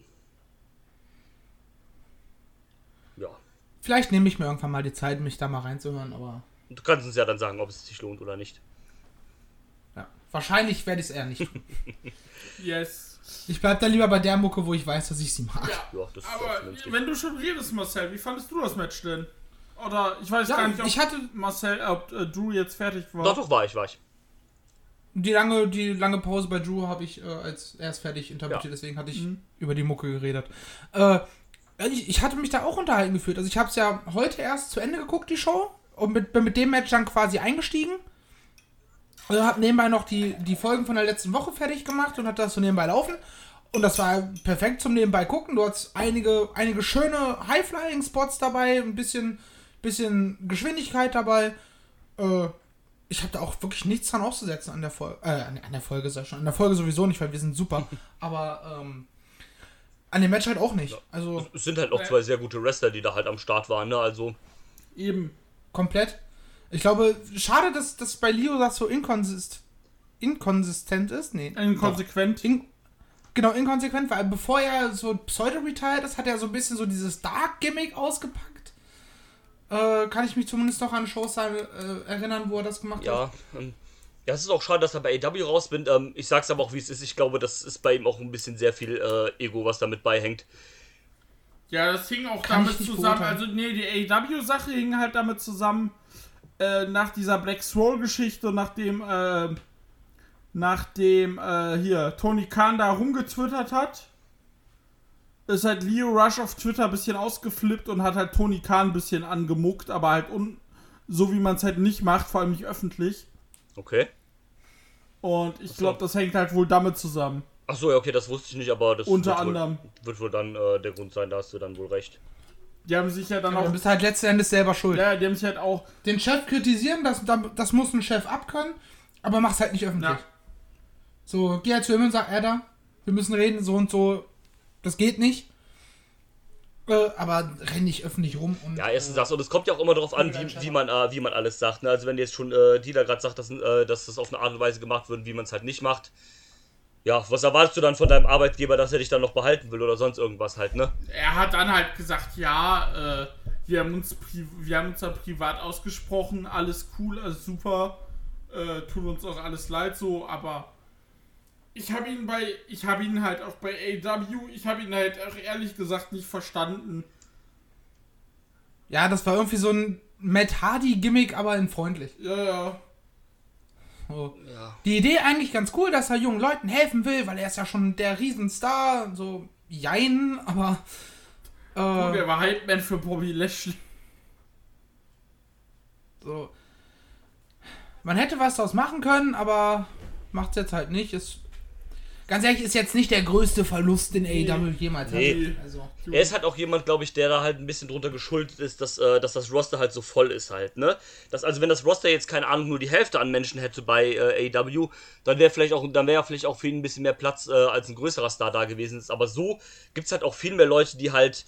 Ja. Vielleicht nehme ich mir irgendwann mal die Zeit, mich da mal reinzuhören, aber... Du kannst uns ja dann sagen, ob es sich lohnt oder nicht. Ja, wahrscheinlich werde ich es eher nicht tun. Yes. Ich bleib da lieber bei der Mucke, wo ich weiß, dass ich sie mag. Ja, das ist Aber vernünftig. wenn du schon redest, Marcel, wie fandest du das Match denn? Oder ich weiß Ja, gar nicht, ob ich hatte Marcel, ob Drew jetzt fertig war. Doch, war ich. die lange Pause bei Drew habe ich als erst fertig interpretiert, Ja. deswegen hatte ich über die Mucke geredet. Ich hatte mich da auch unterhalten gefühlt. Also ich habe es ja heute erst zu Ende geguckt, die Show, und bin mit dem Match dann quasi eingestiegen. Also habe nebenbei noch die Folgen von der letzten Woche fertig gemacht und hatte das so nebenbei laufen. Und das war perfekt zum nebenbei gucken. Du hattest einige schöne High-Flying-Spots dabei, ein bisschen Geschwindigkeit dabei. Ich habe da auch wirklich nichts dran auszusetzen an der Folge. An der Folge ist ja schon. An der Folge sowieso nicht, weil wir sind super. Aber an dem Match halt auch nicht. Also Es sind halt auch zwei sehr gute Wrestler, die da halt am Start waren, ne? Also. Eben. komplett. Ich glaube, schade, dass bei Lio das so inkonsistent ist. Nee. Inkonsequent. Genau, inkonsequent, weil bevor er so pseudo-retired ist, hat er so ein bisschen so dieses Dark-Gimmick ausgepackt. Kann ich mich zumindest noch an Shows erinnern, wo er das gemacht hat. Ja, es ist auch schade, dass er bei AEW raus bin. Ich sag's aber auch, wie es ist. Ich glaube, das ist bei ihm auch ein bisschen sehr viel Ego, was damit beihängt. Ja, das hing auch Kann ich damit nicht zusammen. beurteilen. Also, nee, die AEW-Sache hing halt damit zusammen, nach dieser Black Swole-Geschichte, nachdem hier Tony Khan da rumgetwittert hat, ist halt Lio Rush auf Twitter ein bisschen ausgeflippt und hat halt Tony Khan ein bisschen angemuckt, aber halt so wie man es halt nicht macht, vor allem nicht öffentlich. Okay. Und ich glaube, das hängt halt wohl damit zusammen. Achso, ja, okay, das wusste ich nicht, aber das Unter anderem. Wird wohl dann der Grund sein, da hast du dann wohl recht. Die haben sich ja dann Du auch... bist halt letzten Endes selber schuld. Ja, die haben sich halt auch... Den Chef kritisieren, das muss ein Chef abkönnen, aber mach's halt nicht öffentlich. Ja. So, geh halt zu ihm und sag, Erda, wir müssen reden, so und so, das geht nicht. Aber renn nicht öffentlich rum. Und, Ja, erstens das. Und es kommt ja auch immer darauf an, wie man alles sagt. Ne? Also wenn jetzt schon Dieter gerade sagt, dass das auf eine Art und Weise gemacht wird, wie man es halt nicht macht. Ja, was erwartest du dann von deinem Arbeitgeber, dass er dich dann noch behalten will oder sonst irgendwas halt, ne? Er hat dann halt gesagt, ja, wir haben uns da privat ausgesprochen, alles cool, alles super, tut uns auch alles leid so, aber ich habe ihn halt auch bei AEW, ich habe ihn halt auch ehrlich gesagt nicht verstanden. Ja, das war irgendwie so ein Matt Hardy-Gimmick, aber in freundlich. Ja. So. Ja. Die Idee eigentlich ganz cool, dass er jungen Leuten helfen will, weil er ist ja schon der Riesenstar, so jein, aber Und er war Hype-Man für Bobby Lashley. so. Man hätte was daraus machen können, aber macht's jetzt halt nicht. Ganz ehrlich, ist jetzt nicht der größte Verlust, den AEW jemals Nee. hat. Also. Er ist halt auch jemand, glaube ich, der da halt ein bisschen drunter geschuldet ist, dass das Roster halt so voll ist halt, ne? Also wenn das Roster jetzt, keine Ahnung, nur die Hälfte an Menschen hätte bei AEW, dann wäre vielleicht auch für ihn ein bisschen mehr Platz als ein größerer Star da gewesen ist. Aber so gibt's halt auch viel mehr Leute, die halt,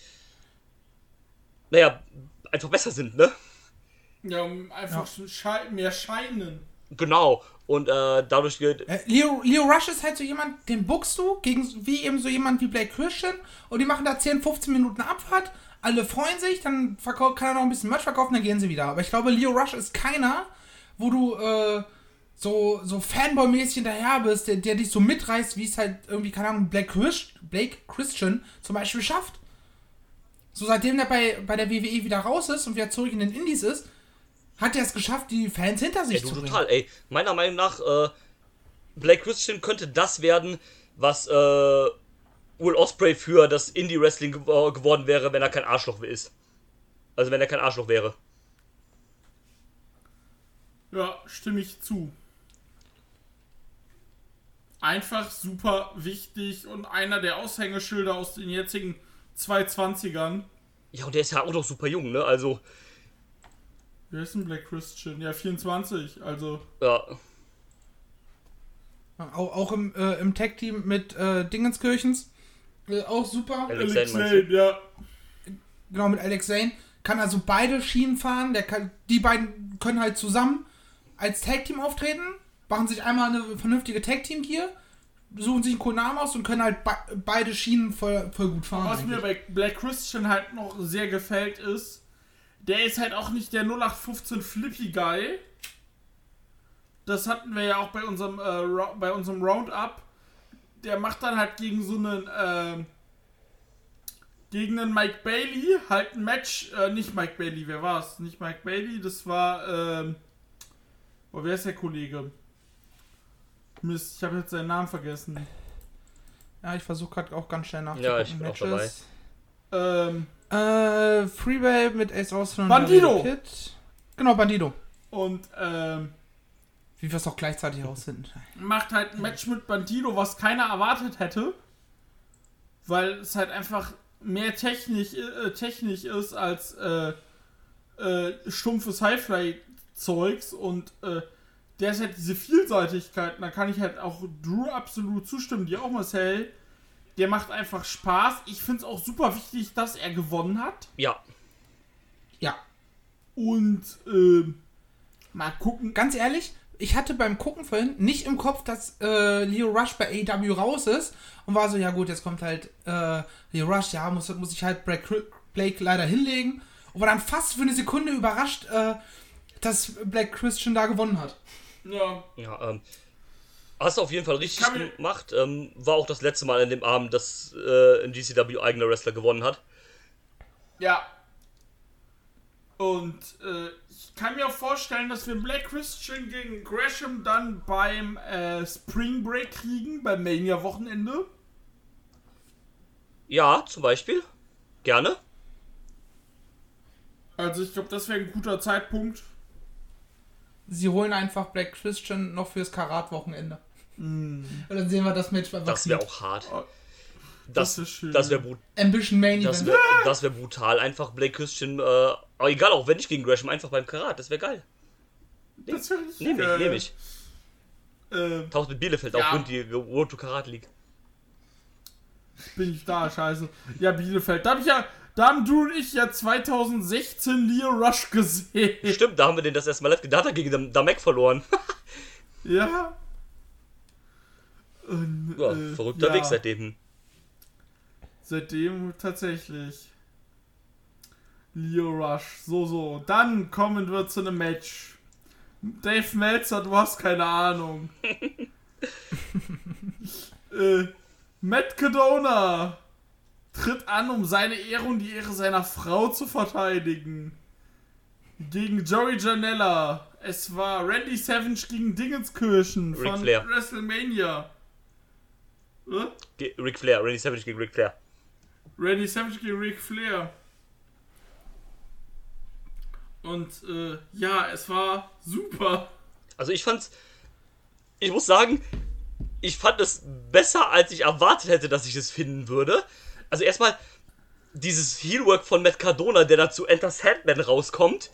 naja, einfach besser sind, ne? Ja, einfach mehr scheinen. Genau. Und dadurch geht. Leo Rush ist halt so jemand, den bookst du gegen wie eben so jemand wie Blake Christian und die machen da 10, 15 Minuten Abfahrt, alle freuen sich, dann kann er noch ein bisschen Merch verkaufen, dann gehen sie wieder. Aber ich glaube, Leo Rush ist keiner, wo du so Fanboy-mäßig hinterher bist, der dich so mitreißt, wie es halt irgendwie, keine Ahnung, Blake Christian zum Beispiel schafft. So seitdem der bei der WWE wieder raus ist und wieder zurück in den Indies ist, hat er es geschafft, die Fans hinter sich zu bringen. Total, ey. Meiner Meinung nach, Blake Christian könnte das werden, was Will Ospreay für das Indie-Wrestling geworden wäre, wenn er kein Arschloch ist. Also wenn er kein Arschloch wäre. Ja, stimme ich zu. Einfach super wichtig und einer der Aushängeschilder aus den jetzigen 220ern. Ja, und der ist ja auch noch super jung, ne? Also. Wer ist denn Black Christian? Ja, 24, also. Ja. Auch im Tag-Team mit Dingenskirchens. Auch super. Alex Zane, ja. Genau, mit Alex Zane. Kann also beide Schienen fahren. Die beiden können halt zusammen als Tag-Team auftreten, machen sich einmal eine vernünftige Tag-Team-Gear, suchen sich einen coolen Namen aus und können halt beide Schienen voll gut fahren. Was mir bei Black Christian halt noch sehr gefällt ist, der ist halt auch nicht der 0815 Flippy Guy. Das hatten wir ja auch bei unserem Roundup. Der macht dann halt gegen so einen Mike Bailey halt ein Match. Nicht Mike Bailey, wer war's? Nicht Mike Bailey, das war wer ist der Kollege? Mist, ich habe jetzt seinen Namen vergessen. Ja, ich versuche gerade auch ganz schnell nachzugucken. Ja, ich bin Matches. auch dabei. Freeway mit Ace Austin und Bandido! Kid. Genau, Bandido. Und Wie wir es auch gleichzeitig herausfinden. macht halt ein Match mit Bandido, was keiner erwartet hätte. Weil es halt einfach mehr technisch ist als stumpfes Highfly-Zeugs und der ist halt diese Vielseitigkeit. Und da kann ich halt auch Drew absolut zustimmen, die auch Marcel. Der macht einfach Spaß. Ich finde es auch super wichtig, dass er gewonnen hat. Ja. Ja. Und mal gucken. Ganz ehrlich, ich hatte beim Gucken vorhin nicht im Kopf, dass Leo Rush bei AEW raus ist und war so, ja gut, jetzt kommt halt Leo Rush, ja, muss ich halt Blake leider hinlegen und war dann fast für eine Sekunde überrascht, dass Black Christian da gewonnen hat. Ja. Ja, hast du auf jeden Fall richtig gemacht. War auch das letzte Mal an dem Abend, dass ein GCW eigener Wrestler gewonnen hat. Ja. Und ich kann mir auch vorstellen, dass wir Black Christian gegen Gresham dann beim Spring Break kriegen, beim Mania-Wochenende. Ja, zum Beispiel. Gerne. Also ich glaube, das wäre ein guter Zeitpunkt. sie holen einfach Black Christian noch fürs Karat-Wochenende. Und dann sehen wir das Match bei Das wäre auch hart. Das ist schön. Das wäre brutal. Ambition Main Das Event. wär brutal. Einfach Blake Christian, aber egal, auch wenn nicht gegen Gresham, einfach beim Karat. Das wäre geil. Das wäre richtig Nehm geil. ich. Taucht mit Bielefeld ja. auch und die Road to Karat League. Bin ich da, scheiße. Ja, Bielefeld. Da haben du und ich ja 2016 Leo Rush gesehen. Stimmt, da haben wir den das erste Mal live gesehen. Da hat er gegen Damek verloren. Ja. Und, Ja, verrückter Weg seitdem. Seitdem tatsächlich. Leo Rush. So. Dann kommen wir zu einem Match. Dave Meltzer, du hast keine Ahnung. Matt Cadona tritt an, um seine Ehre und die Ehre seiner Frau zu verteidigen. Gegen Joey Janela. Es war Randy Savage gegen Dingenskirchen Ric von Flair. WrestleMania. Ric Flair, Randy Savage gegen Ric Flair. Randy Savage gegen Ric Flair. Und ja, es war super. Also ich muss sagen, ich fand es besser, als ich erwartet hätte, dass ich es finden würde. Also erstmal dieses Heelwork von Matt Cardona, der da zu Enter Sandman rauskommt,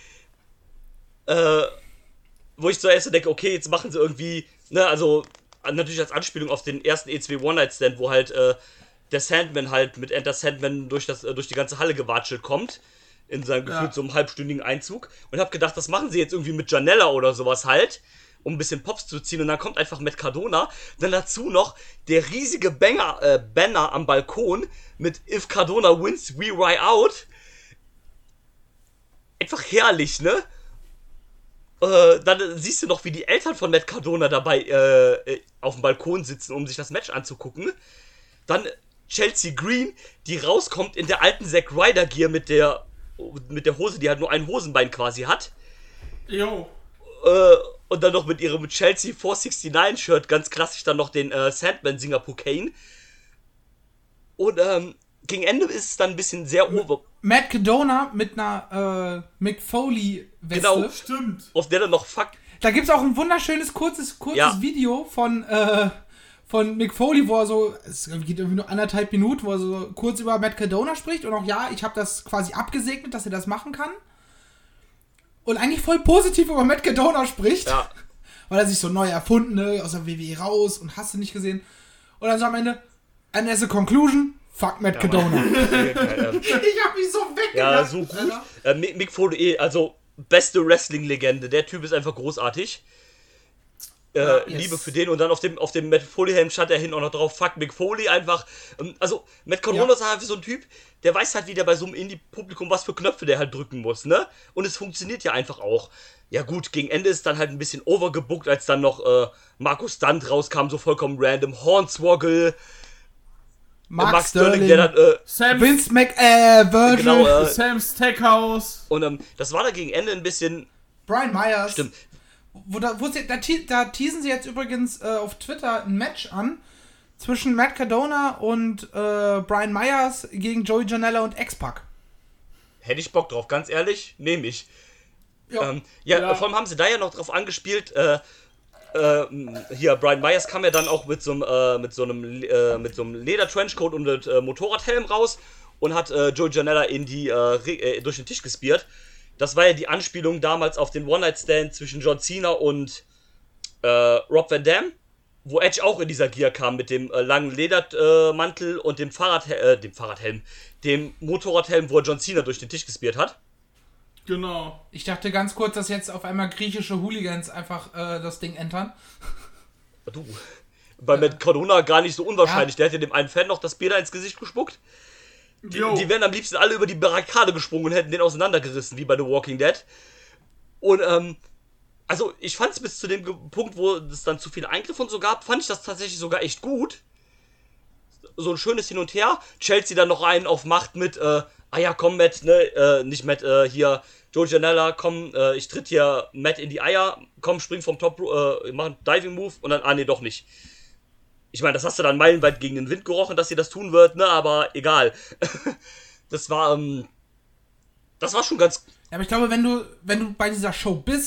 wo ich zuerst denke, okay, jetzt machen sie irgendwie, ne, also natürlich als Anspielung auf den ersten E2 One-Night-Stand, wo halt der Sandman halt mit Enter Sandman durch die ganze Halle gewatschelt kommt, in seinem gefühlt so einem halbstündigen Einzug, und hab gedacht, das machen sie jetzt irgendwie mit Janela oder sowas halt, um ein bisschen Pops zu ziehen, und dann kommt einfach Matt Cardona, dann dazu noch der riesige Banner am Balkon mit If Cardona wins, we ride out. Einfach herrlich, ne? Dann siehst du noch, wie die Eltern von Matt Cardona dabei auf dem Balkon sitzen, um sich das Match anzugucken. Dann Chelsea Green, die rauskommt in der alten Zack Ryder Gear mit der Hose, die halt nur ein Hosenbein quasi hat. Jo. Und dann noch mit ihrem Chelsea 469 Shirt, ganz klassisch dann noch den Sandman Singapore Kane. Und gegen Ende ist es dann ein bisschen sehr over. Matt Cadona mit einer Mick Foley-Weste. Genau, Stimmt. auf der dann noch Fuck. Da gibt es auch ein wunderschönes, kurzes Video von Mick Foley, wo er so, es geht irgendwie nur 1,5 Minuten, wo er so kurz über Matt Cadona spricht und auch, ja, ich habe das quasi abgesegnet, dass er das machen kann. Und eigentlich voll positiv über Matt Cadona spricht. Ja. Weil er sich so neu erfunden, ne, aus der WWE raus und hast du nicht gesehen. Und dann so am Ende, and as a conclusion, fuck Matt Cadona. Ich hab mich so weggelacht. Ja, so gut. Mick Foley, also beste Wrestling-Legende. Der Typ ist einfach großartig. Yes. Liebe für den. Und dann auf dem Matt Foley-Helm stand er hinten auch noch drauf, fuck Mick Foley einfach. Also, Matt Cardona ist halt so ein Typ, der weiß halt wieder bei so einem Indie-Publikum, was für Knöpfe der halt drücken muss, ne? Und es funktioniert ja einfach auch. Ja gut, gegen Ende ist dann halt ein bisschen overgebookt, als dann noch Markus Stunt rauskam, so vollkommen random. Hornswoggle, Mark Sterling, der dann Vince Virgil, genau, Sam Stackhouse. Und das war da gegen Ende ein bisschen. Brian Myers. Stimmt. Da teasen sie jetzt übrigens auf Twitter ein Match an zwischen Matt Cadona und Brian Myers gegen Joey Janela und X-Pac. Hätte ich Bock drauf, ganz ehrlich, nehme ich. Ja. Vor allem haben sie da ja noch drauf angespielt, hier, Brian Myers kam ja dann auch mit so einem Leder-Trenchcoat und mit Motorradhelm raus und hat Joey Janela durch den Tisch gespiert. Das war ja die Anspielung damals auf den One-Night-Stand zwischen John Cena und Rob Van Dam, wo Edge auch in dieser Gear kam mit dem langen Ledermantel und dem Motorradhelm, wo er John Cena durch den Tisch gespiert hat. Genau. Ich dachte ganz kurz, dass jetzt auf einmal griechische Hooligans einfach das Ding entern. Du, bei Matt Cardona gar nicht so unwahrscheinlich. Der hat ja dem einen Fan noch das Bier da ins Gesicht gespuckt. Die wären am liebsten alle über die Barrikade gesprungen und hätten den auseinandergerissen, wie bei The Walking Dead. Und, also ich fand es bis zu dem Punkt, wo es dann zu viele Eingriffe und so gab, fand ich das tatsächlich sogar echt gut. So ein schönes Hin und Her. Chelsea dann noch einen auf Macht mit, ja komm Matt, ne, nicht Matt, hier, Joey Janela, komm, ich tritt hier Matt in die Eier, komm, spring vom Top, mach einen Diving-Move und dann, nee, doch nicht. Ich meine, das hast du dann meilenweit gegen den Wind gerochen, dass sie das tun wird, ne, aber egal. Das war schon ganz... Ja, aber ich glaube, wenn du bei dieser Show bist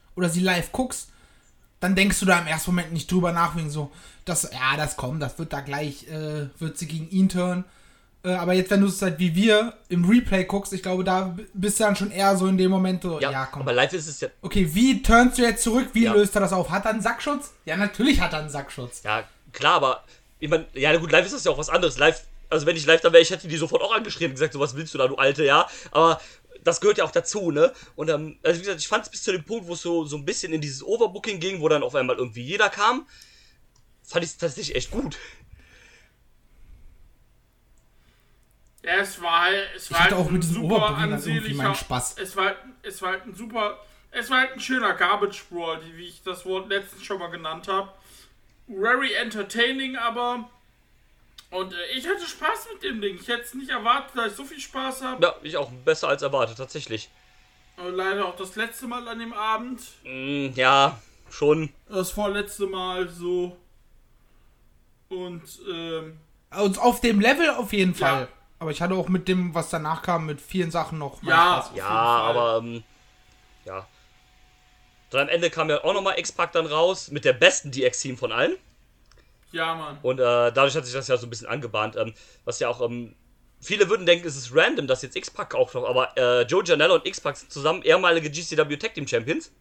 oder sie live guckst, dann denkst du da im ersten Moment nicht drüber nach, wegen so, das kommt, das wird da gleich, wird sie gegen ihn turnen. Aber jetzt, wenn du es halt wie wir im Replay guckst, ich glaube, da bist du dann schon eher so in dem Moment so, ja komm. Aber live ist es ja... Okay, wie turnst du jetzt zurück? Wie löst er das auf? Hat er einen Sackschutz? Ja, natürlich hat er einen Sackschutz. Ja, klar, aber ich meine, ja gut, live ist das ja auch was anderes. Live, also wenn ich live da wäre, ich hätte die sofort auch angeschrieben und gesagt, so was willst du da, du Alte, ja. Aber das gehört ja auch dazu, ne? Und also wie gesagt, ich fand es bis zu dem Punkt, wo es so ein bisschen in dieses Overbooking ging, wo dann auf einmal irgendwie jeder kam, fand ich es tatsächlich echt gut. Ja, es war hatte auch ein mit diesem super Overbooking dann irgendwie meinen ansehnlicher Spaß. Es war halt ein schöner Garbage Brawl, wie ich das Wort letztens schon mal genannt habe. Very entertaining, aber und ich hatte Spaß mit dem Ding. Ich hätte es nicht erwartet, dass ich so viel Spaß habe. Ja, ich auch besser als erwartet, tatsächlich. Aber leider auch das letzte Mal an dem Abend. Ja, schon. Das vorletzte Mal so. Und Also auf dem Level auf jeden Fall. Ja. Aber ich hatte auch mit dem, was danach kam, mit vielen Sachen noch mal ja, Spaß. Ja, aber ja. Dann am Ende kam ja auch nochmal X-Pac dann raus mit der besten DX-Team von allen. Ja, Mann. Und dadurch hat sich das ja so ein bisschen angebahnt. Was ja auch, viele würden denken, es ist random, dass jetzt X-Pac auch noch, aber Joe Janela und X-Pac sind zusammen ehemalige GCW Tag Team Champions.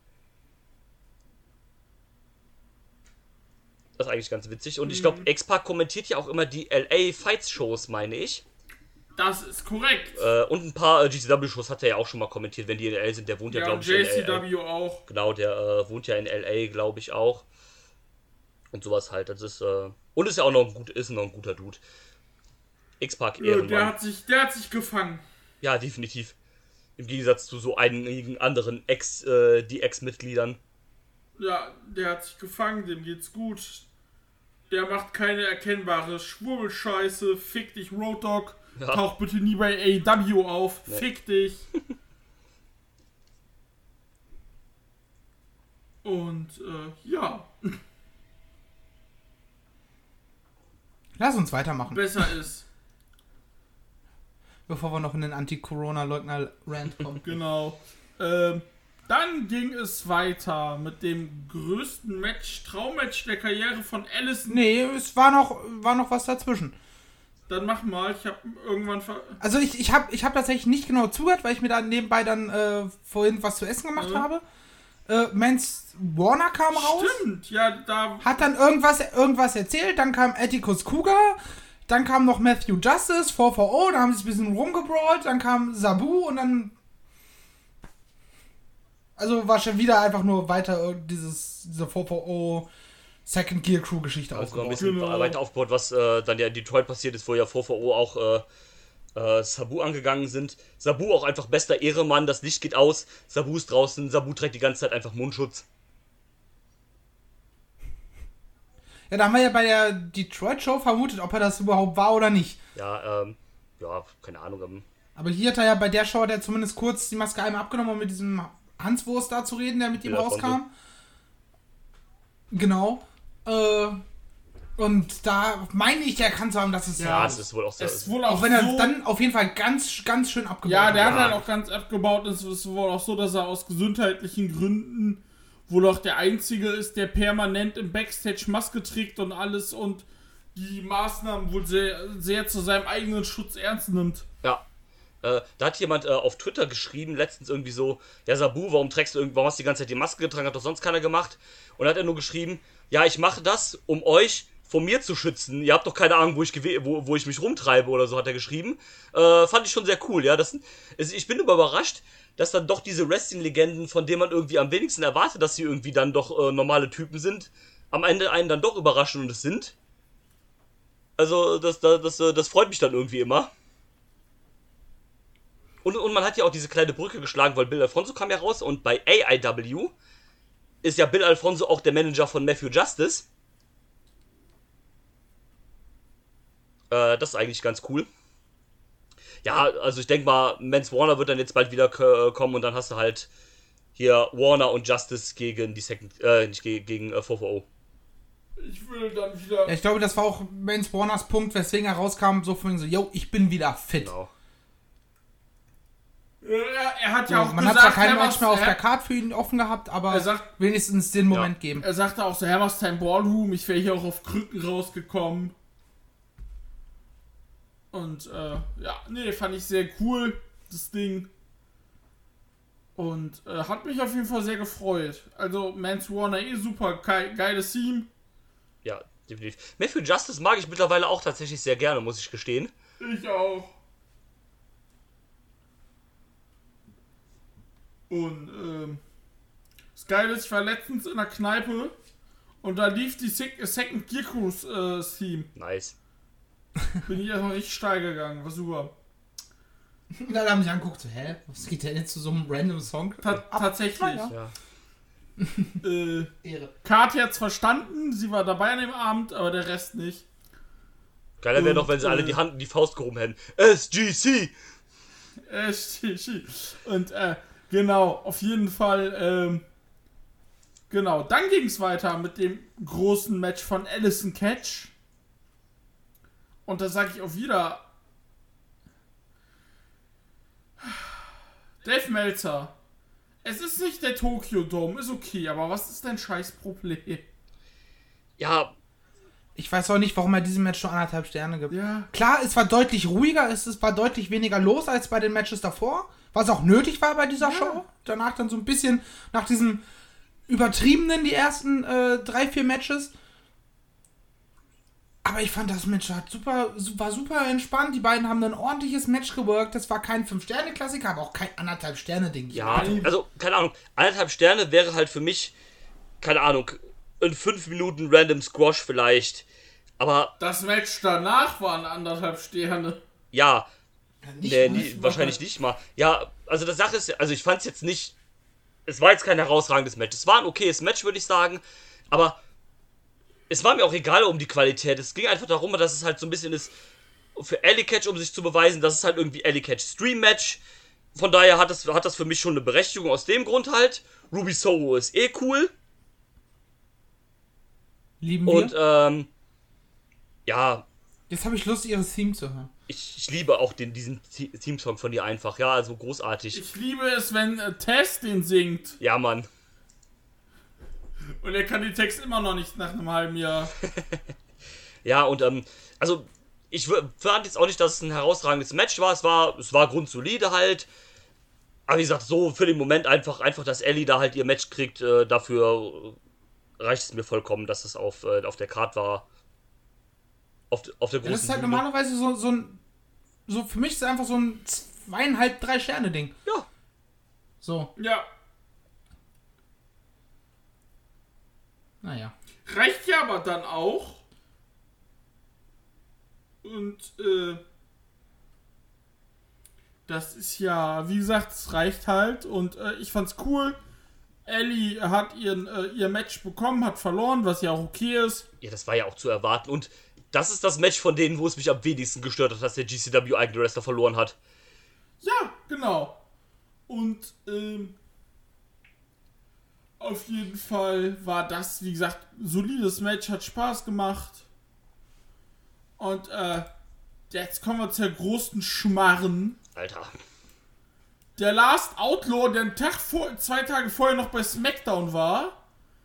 Das ist eigentlich ganz witzig. Und ich glaube, X-Pac kommentiert ja auch immer die LA Fights Shows, meine ich. Das ist korrekt. Und ein paar GCW-Shows hat er ja auch schon mal kommentiert, wenn die in LA sind. Der wohnt ja, glaube ich, in JCW auch. Genau, der wohnt ja in LA, glaube ich, auch. Und sowas halt. Das ist, und ist ja auch noch ein guter Dude. X-Pac Ehrenmann. Der hat sich gefangen. Ja, definitiv. Im Gegensatz zu so einigen anderen Ex-Mitgliedern. Ja, der hat sich gefangen, dem geht's gut. Der macht keine erkennbare Schwurbelscheiße. Fick dich, Road Dogg. Ja. Tauch bitte nie bei AEW auf. Nee. Fick dich. Und, ja. Lass uns weitermachen. Besser ist. Bevor wir noch in den Anti-Corona-Leugner-Rant kommen. Genau. Dann ging es weiter mit dem größten Traummatch der Karriere von Allison. Nee, es war noch was dazwischen. Dann mach mal, ich habe irgendwann... Also ich hab tatsächlich nicht genau zugehört, weil ich mir da nebenbei dann vorhin was zu essen gemacht habe. Mance Warner kam raus. Stimmt, ja, da... Hat dann irgendwas erzählt, dann kam Atticus Cougar, dann kam noch Matthew Justice, 440, da haben sie ein bisschen rumgebrawlt, dann kam Sabu und dann... Also war schon wieder einfach nur weiter diese 440 Second Gear Crew Geschichte also aufgebaut. noch ein bisschen weiter aufgebaut, was dann ja in Detroit passiert ist, wo ja 440 auch Sabu angegangen sind. Sabu auch einfach bester Ehrenmann, das Licht geht aus, Sabu ist draußen, Sabu trägt die ganze Zeit einfach Mundschutz. Ja, da haben wir ja bei der Detroit-Show vermutet, ob er das überhaupt war oder nicht. Ja, keine Ahnung. Aber hier hat er ja bei der Show, der zumindest kurz die Maske einmal abgenommen, um mit diesem Hanswurst da zu reden, der mit ihm rauskam. Genau. Und da meine ich erkannt zu haben, dass es ja, das ist wohl auch so. Auch wenn er dann auf jeden Fall ganz, ganz schön abgebaut hat. Ja, der hat halt auch ganz abgebaut. Es ist wohl auch so, dass er aus gesundheitlichen Gründen wohl auch der Einzige ist, der permanent im Backstage Maske trägt und alles und die Maßnahmen wohl sehr, sehr zu seinem eigenen Schutz ernst nimmt. Ja. Da hat jemand auf Twitter geschrieben, letztens irgendwie so, ja Sabu, warum hast du die ganze Zeit die Maske getragen, hat doch sonst keiner gemacht. Und dann hat er nur geschrieben, ja, ich mache das, um euch vor mir zu schützen. Ihr habt doch keine Ahnung, wo ich mich rumtreibe oder so, hat er geschrieben. Fand ich schon sehr cool, ja. Ich bin überrascht, dass dann doch diese Wrestling-Legenden, von denen man irgendwie am wenigsten erwartet, dass sie irgendwie dann doch normale Typen sind, am Ende einen dann doch überraschen und es sind. Also, das freut mich dann irgendwie immer. Und man hat ja auch diese kleine Brücke geschlagen, weil Bill Alfonso kam ja raus und bei AIW ist ja Bill Alfonso auch der Manager von Matthew Justice. Das ist eigentlich ganz cool. Ja, also ich denke mal, Mance Warner wird dann jetzt bald wieder kommen und dann hast du halt hier Warner und Justice gegen gegen 440. Ich will dann wieder... Ja, ich glaube, das war auch Mance Warners Punkt, weswegen er rauskam, so von so, yo, ich bin wieder fit. Genau. Er hat ja auch man gesagt, hat zwar kein Match mehr auf der Card für ihn offen gehabt, aber wenigstens den Moment geben. Er sagte auch so, Hammerstein Ballroom, ich wäre hier auch auf Krücken rausgekommen. Und fand ich sehr cool, das Ding. Und hat mich auf jeden Fall sehr gefreut. Also Mance Warner super, geiles Team. Ja, definitiv. Matthew Justice mag ich mittlerweile auch tatsächlich sehr gerne, muss ich gestehen. Ich auch. Und das Geile ist, ich war letztens in der Kneipe und da lief die Second Gear Cruise Theme. Nice. Bin ich erstmal richtig steil gegangen, war super. Dann haben sie angeguckt, so, was geht denn jetzt zu so einem random Song? Tatsächlich. Ja. Ehre. Kati hat's verstanden, sie war dabei an dem Abend, aber der Rest nicht. Geiler wäre noch, wenn sie alle die Hand in die Faust gehoben hätten. SGC! Und genau, auf jeden Fall, genau, dann ging's weiter mit dem großen Match von Allison Catch. Und da sage ich auch wieder, Dave Meltzer, es ist nicht der Tokyo Dome, ist okay, aber was ist dein Scheißproblem? Ja. Ich weiß auch nicht, warum er diesem Match nur 1,5 Sterne gibt. Ja. Klar, es war deutlich ruhiger, es war deutlich weniger los als bei den Matches davor, was auch nötig war bei dieser Show. Danach dann so ein bisschen, nach diesem übertriebenen, die ersten 3-4 Matches. Aber ich fand, das Match war super entspannt. Die beiden haben ein ordentliches Match geworkt. Das war kein 5-Sterne-Klassiker, aber auch kein 1,5-Sterne-Ding. Ja, also, keine Ahnung. 1,5 Sterne wäre halt für mich, keine Ahnung, in 5 Minuten Random Squash vielleicht. Aber. Das Match danach waren 1,5 Sterne. Ja. Wahrscheinlich nicht mal. Ja, also das Sache ist, also ich fand es jetzt nicht. Es war jetzt kein herausragendes Match. Es war ein okayes Match, würde ich sagen. Aber. Es war mir auch egal um die Qualität. Es ging einfach darum, dass es halt so ein bisschen ist für Alley Catch, um sich zu beweisen, dass es halt irgendwie Alley Catch Stream Match. Von daher hat das für mich schon eine Berechtigung aus dem Grund halt. Ruby Soho ist cool. Lieben wir. Und ja. Jetzt habe ich Lust, ihre Theme zu hören. Ich liebe auch diesen Theme-Song von ihr einfach. Ja, also großartig. Ich liebe es, wenn Tess den singt. Ja, Mann. Und er kann den Text immer noch nicht nach einem halben Jahr. Ja, und also ich fand jetzt auch nicht, dass es ein herausragendes Match war. Es war grundsolide halt. Aber wie gesagt, so für den Moment einfach, dass Ellie da halt ihr Match kriegt, dafür reicht es mir vollkommen, dass es auf der Card war. Auf der großen Das ist halt Bühne. normalerweise so für mich ist es einfach so ein 2,5, 3 Sterne Ding. Ja. So, Ja. naja. Reicht ja aber dann auch. Und, das ist ja, wie gesagt, es reicht halt. Und ich fand's cool. Ellie hat ihr Match bekommen, hat verloren, was ja auch okay ist. Ja, das war ja auch zu erwarten. Und das ist das Match von denen, wo es mich am wenigsten gestört hat, dass der GCW-eigene Wrestler verloren hat. Ja, genau. Und, auf jeden Fall war das, wie gesagt, solides Match, hat Spaß gemacht. Und jetzt kommen wir zur großen Schmarren. Alter. Der Last Outlaw, der 2 Tage vorher noch bei SmackDown war.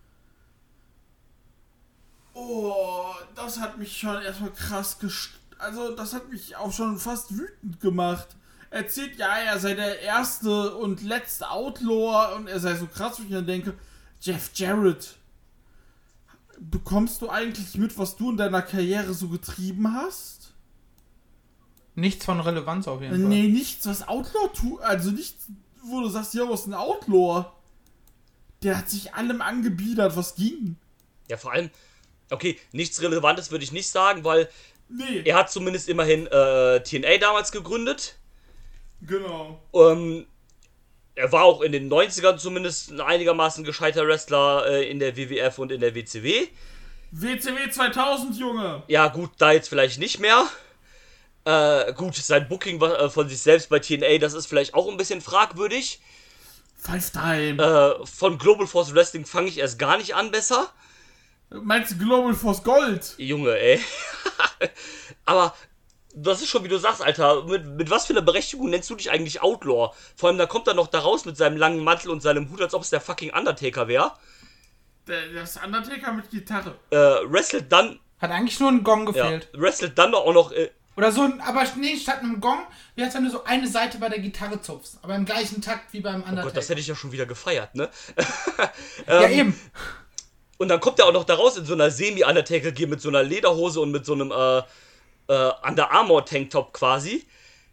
Oh, das hat mich schon erstmal krass also das hat mich auch schon fast wütend gemacht. Er erzählt, ja, er sei der erste und letzte Outlaw und er sei so krass, wie ich dann denke, Jeff Jarrett, bekommst du eigentlich mit, was du in deiner Karriere so getrieben hast? Nichts von Relevanz auf jeden Fall. Nee, nichts, was Outlaw tut, also nichts, wo du sagst, ja, was ist ein Outlaw? Der hat sich allem angebiedert, was ging. Ja, vor allem, okay, nichts Relevantes würde ich nicht sagen, weil Nee. er hat zumindest immerhin TNA damals gegründet. Genau. Er war auch in den 90ern zumindest ein einigermaßen gescheiter Wrestler in der WWF und in der WCW. WCW 2000, Junge. Ja gut, da jetzt vielleicht nicht mehr. Gut, sein Booking von sich selbst bei TNA, das ist vielleicht auch ein bisschen fragwürdig. Five Time. Von Global Force Wrestling fange ich erst gar nicht an besser. Meinst du Global Force Gold? Junge, ey. Aber das ist schon, wie du sagst, Alter, mit was für einer Berechtigung nennst du dich eigentlich Outlaw? Vor allem, da kommt er noch da raus mit seinem langen Mantel und seinem Hut, als ob es der fucking Undertaker wäre. Das Undertaker mit Gitarre. Wrestelt dann... Hat eigentlich nur ein Gong gefehlt. Ja, wrestelt dann auch noch... Oder so, aber nee, statt einem Gong, wie als wenn du so eine Seite bei der Gitarre zupfst. Aber im gleichen Takt wie beim Undertaker. Oh Gott, das hätte ich ja schon wieder gefeiert, ne? Ja, eben. Und dann kommt er auch noch da raus in so einer Semi-Undertaker-Gear mit so einer Lederhose und mit so einem Under Armour Tanktop quasi.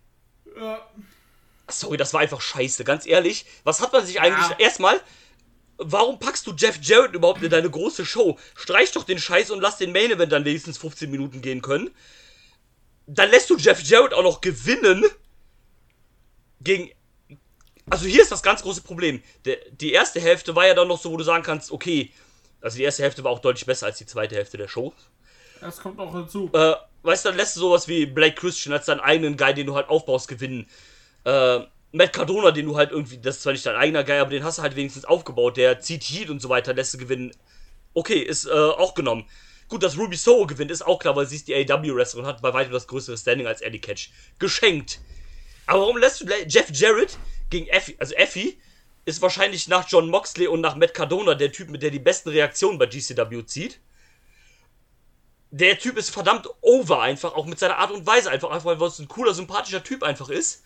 Sorry, das war einfach scheiße, ganz ehrlich. Was hat man sich eigentlich... Erstmal, warum packst du Jeff Jarrett überhaupt in deine große Show? Streich doch den Scheiß und lass den Main Event dann wenigstens 15 Minuten gehen können. Dann lässt du Jeff Jarrett auch noch gewinnen gegen... Also hier ist das ganz große Problem. Die erste Hälfte war ja dann noch so, wo du sagen kannst, okay, also die erste Hälfte war auch deutlich besser als die zweite Hälfte der Show. Das kommt auch dazu. Weißt du, dann lässt du sowas wie Blake Christian als deinen eigenen Guy, den du halt aufbaust, gewinnen. Matt Cardona, den du halt irgendwie, das ist zwar nicht dein eigener Guy, aber den hast du halt wenigstens aufgebaut, der zieht Heat und so weiter, lässt du gewinnen. Okay, ist auch genommen. Gut, dass Ruby Soho gewinnt, ist auch klar, weil sie ist die AEW-Wrestlerin und hat bei weitem das größere Standing als Eddie Catch. Geschenkt. Aber warum lässt du Jeff Jarrett gegen Effie? Also Effie ist wahrscheinlich nach Jon Moxley und nach Matt Cardona der Typ, mit der die besten Reaktionen bei GCW zieht. Der Typ ist verdammt over einfach, auch mit seiner Art und Weise einfach, weil es ein cooler, sympathischer Typ einfach ist.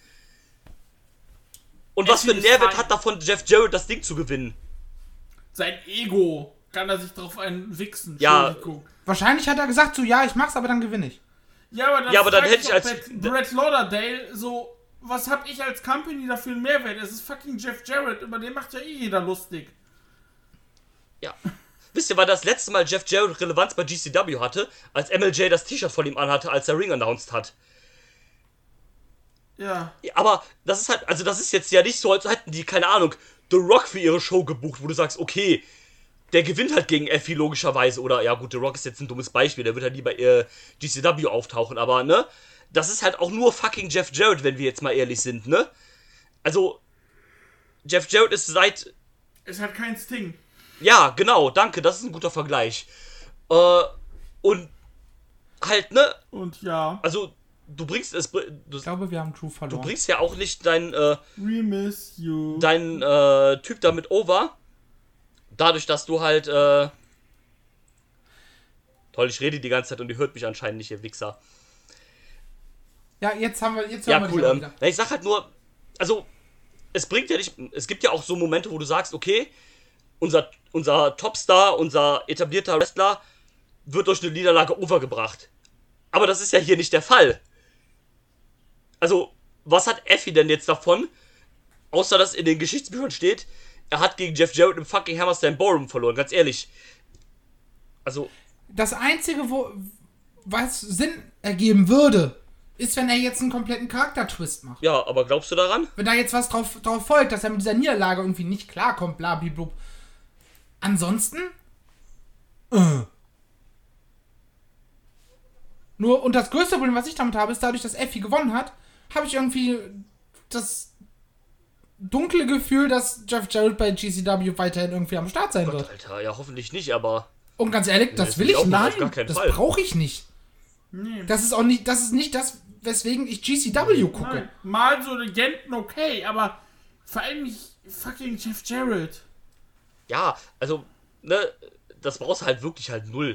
Und was für einen Mehrwert hat davon, Jeff Jarrett das Ding zu gewinnen? Sein Ego kann er sich drauf einwichsen. Ja. Wahrscheinlich hat er gesagt so, ja, ich mach's, aber dann gewinne ich. Ja, aber, aber dann hätte ich als... Brett Lauderdale so, was hab ich als Company dafür einen Mehrwert? Es ist fucking Jeff Jarrett, über den macht ja eh jeder lustig. Ja. Wisst ihr, weil das letzte Mal Jeff Jarrett Relevanz bei GCW hatte, als MLJ das T-Shirt von ihm anhatte, als der Ring announced hat. Ja. Aber das ist halt, also das ist jetzt ja nicht so, als hätten die, keine Ahnung, The Rock für ihre Show gebucht, wo du sagst, okay, der gewinnt halt gegen Effie logischerweise, oder ja gut, The Rock ist jetzt ein dummes Beispiel, der wird halt nie bei GCW auftauchen, aber ne, das ist halt auch nur fucking Jeff Jarrett, wenn wir jetzt mal ehrlich sind, ne? Also, Jeff Jarrett ist seit... Es hat kein Sting. Ja, genau, danke, das ist ein guter Vergleich. Und halt, ne? Und ja. Also, du bringst es... Ich glaube, wir haben Drew verloren. Du bringst ja auch nicht dein We miss you. Dein Typ damit over. Dadurch, dass du halt... Toll, ich rede die ganze Zeit und ihr hört mich anscheinend nicht, ihr Wichser. Ja, jetzt haben wir... Jetzt Ja, hören cool. wir wieder. Ich sag halt nur... Also, es bringt ja nicht... Es gibt ja auch so Momente, wo du sagst, okay, unser Topstar, unser etablierter Wrestler wird durch eine Niederlage overgebracht. Aber das ist ja hier nicht der Fall. Also, was hat Effie denn jetzt davon? Außer, dass in den Geschichtsbüchern steht, er hat gegen Jeff Jarrett im fucking Hammerstein Ballroom verloren, ganz ehrlich. Also... Das Einzige, was Sinn ergeben würde, ist, wenn er jetzt einen kompletten Charaktertwist macht. Ja, aber glaubst du daran? Wenn da jetzt was drauf folgt, dass er mit dieser Niederlage irgendwie nicht klarkommt, blablabla. Ansonsten... Nur, und das größte Problem, was ich damit habe, ist, dadurch, dass Effie gewonnen hat, habe ich irgendwie das dunkle Gefühl, dass Jeff Jarrett bei GCW weiterhin irgendwie am Start sein wird. Alter, ja, hoffentlich nicht, aber... Und ganz ehrlich, das will ich, nein, das brauche ich nicht. Nee. Das ist auch nicht, das ist nicht das, weswegen ich GCW gucke. Nein. Mal so Legenden okay, aber vor allem nicht fucking Jeff Jarrett. Ja, also, ne, das brauchst du halt wirklich halt null.